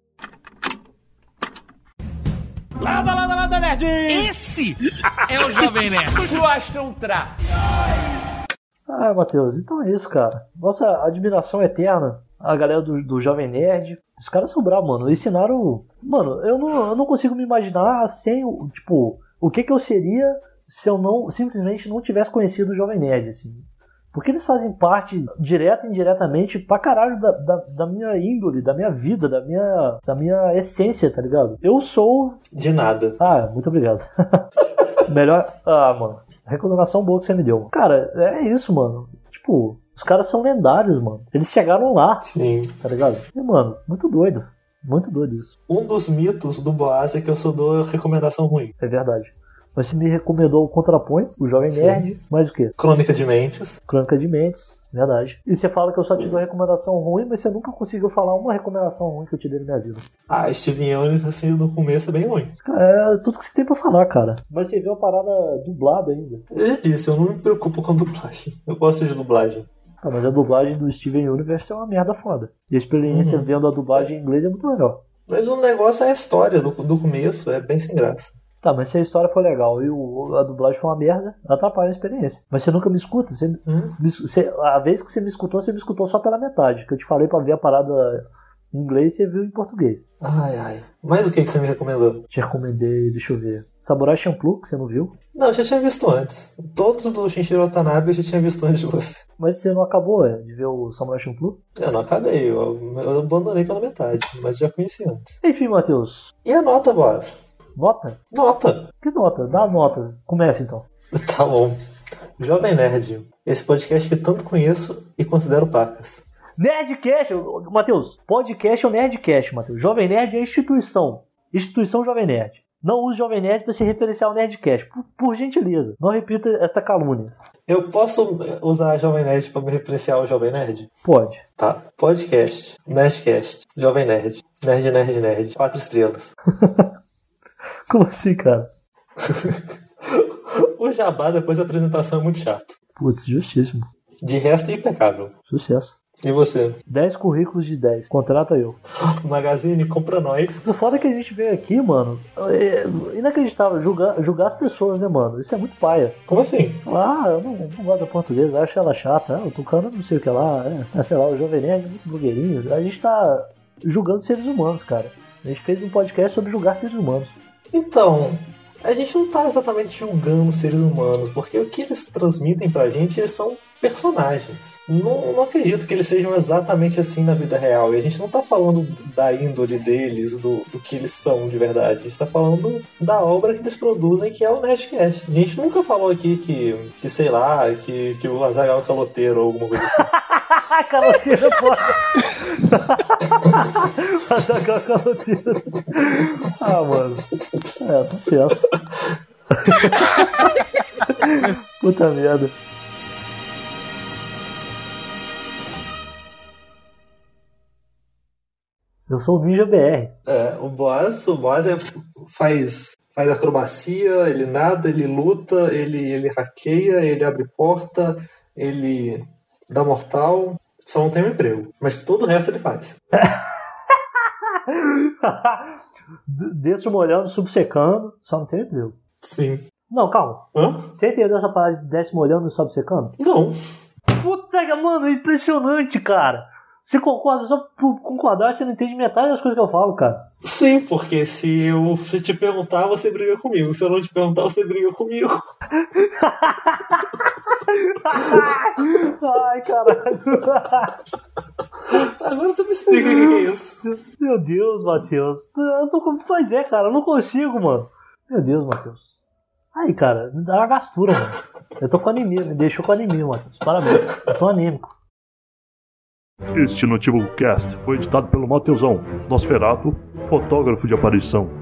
Lada, nerd! Esse é o Jovem Nerd. Gostam tra. Matheus, então é isso, cara. Nossa admiração eterna a galera do Jovem Nerd. Os caras são bravos, mano. Ensinaram... Mano, eu não consigo me imaginar sem... Tipo, o que eu seria se eu simplesmente não tivesse conhecido o Jovem Nerd, assim. Porque eles fazem parte, direta e indiretamente, pra caralho da minha índole, da minha vida, da minha essência, tá ligado? Eu sou... De nada. Muito obrigado. Melhor... mano. Recomendação boa que você me deu. Cara, é isso, mano. Tipo, os caras são lendários, mano. Eles chegaram lá. Sim. Tá ligado? E, mano, muito doido. Muito doido isso. Um dos mitos do Boaz é que eu só dou recomendação ruim. É verdade. Você me recomendou o ContraPoints, o Jovem Nerd, mais o quê? Crônica de Mentes. Crônica de Mentes, verdade. E você fala que eu só te dou recomendação ruim, mas você nunca conseguiu falar uma recomendação ruim que eu te dei na minha vida. Steven Universe, assim, no começo é bem ruim. É tudo que você tem pra falar, cara. Mas você viu a parada dublada ainda. Eu já disse, eu não me preocupo com dublagem. Eu gosto de dublagem. Mas a dublagem do Steven Universe é uma merda foda. E a experiência vendo a dublagem em inglês é muito melhor. Mas o negócio é a história do começo, é bem sem graça. Tá, mas se a história for legal e a dublagem for uma merda, atrapalha a experiência. Mas você nunca me escuta. A vez que você me escutou só pela metade. Que eu te falei pra ver a parada em inglês e você viu em português. Mas o que você me recomendou? Te recomendei, deixa eu ver. Samurai Champloo, que você não viu. Não, eu já tinha visto antes. Todos do Shinichiro Watanabe eu já tinha visto antes de você. Mas você não acabou de ver o Samurai Champloo? Eu não acabei, eu abandonei pela metade, mas já conheci antes. Enfim, Matheus. E a nota, boss? Nota? Nota. Que nota? Dá a nota. Começa então. Tá bom. Jovem Nerd, esse podcast que tanto conheço e considero pacas. Nerdcast, Matheus. Podcast é o Nerdcast, Matheus. Jovem Nerd é instituição. Instituição Jovem Nerd. Não use Jovem Nerd para se referenciar ao Nerdcast. Por gentileza. Não repita esta calúnia. Eu posso usar Jovem Nerd para me referenciar ao Jovem Nerd? Pode. Tá. Podcast, Nerdcast, Jovem Nerd, Nerd, 4 estrelas. Como assim, cara? O jabá depois da apresentação é muito chato. Putz, justíssimo. De resto é impecável. Sucesso. E você? 10 currículos de 10. Contrata eu. Magazine, compra nós. O foda é que a gente veio aqui, mano, é inacreditável. Julgar as pessoas, né, mano? Isso é muito paia. Como assim? Eu não gosto da portuguesa, eu acho ela chata. O Tucano não sei o que lá. Sei lá, o Jovem Nerd é muito blogueirinho. A gente tá julgando seres humanos, cara. A gente fez um podcast sobre julgar seres humanos. Então, a gente não tá exatamente julgando os seres humanos, porque o que eles transmitem pra gente, eles são personagens. Não acredito que eles sejam exatamente assim na vida real. E a gente não tá falando da índole deles, do que eles são de verdade. A gente tá falando da obra que eles produzem, que é o Nerdcast. A gente nunca falou aqui que sei lá, que o Azaghal é caloteiro ou alguma coisa assim. Caloteiro é foda. Azaghal é caloteiro. Ah, mano. É, sucesso. Puta merda. Eu sou o Ninja BR. O Boaz faz acrobacia, ele nada, ele luta, ele hackeia, ele abre porta, ele dá mortal, só não tem um emprego. Mas todo o resto ele faz. Desço molhando, subsecando, só não tem emprego. Sim. Não, calma. Hã? Você entendeu essa parada de desce molhando e sobe secando? Não. Puta, mano, é impressionante, cara. Você concorda? Só por concordar, você não entende metade das coisas que eu falo, cara. Sim, porque se eu te perguntar, você briga comigo. Se eu não te perguntar, você briga comigo. Ai, caralho. Agora você me explica o que é isso. Meu Deus, Matheus. Pois é, cara, eu não consigo, mano. Meu Deus, Matheus. Aí, cara, me dá uma gastura, mano. Eu tô com anemia, me deixou com anemia, Matheus. Parabéns, eu tô anêmico. Este Notebook Cast foi editado pelo Mateusão, Nosferato, fotógrafo de aparição.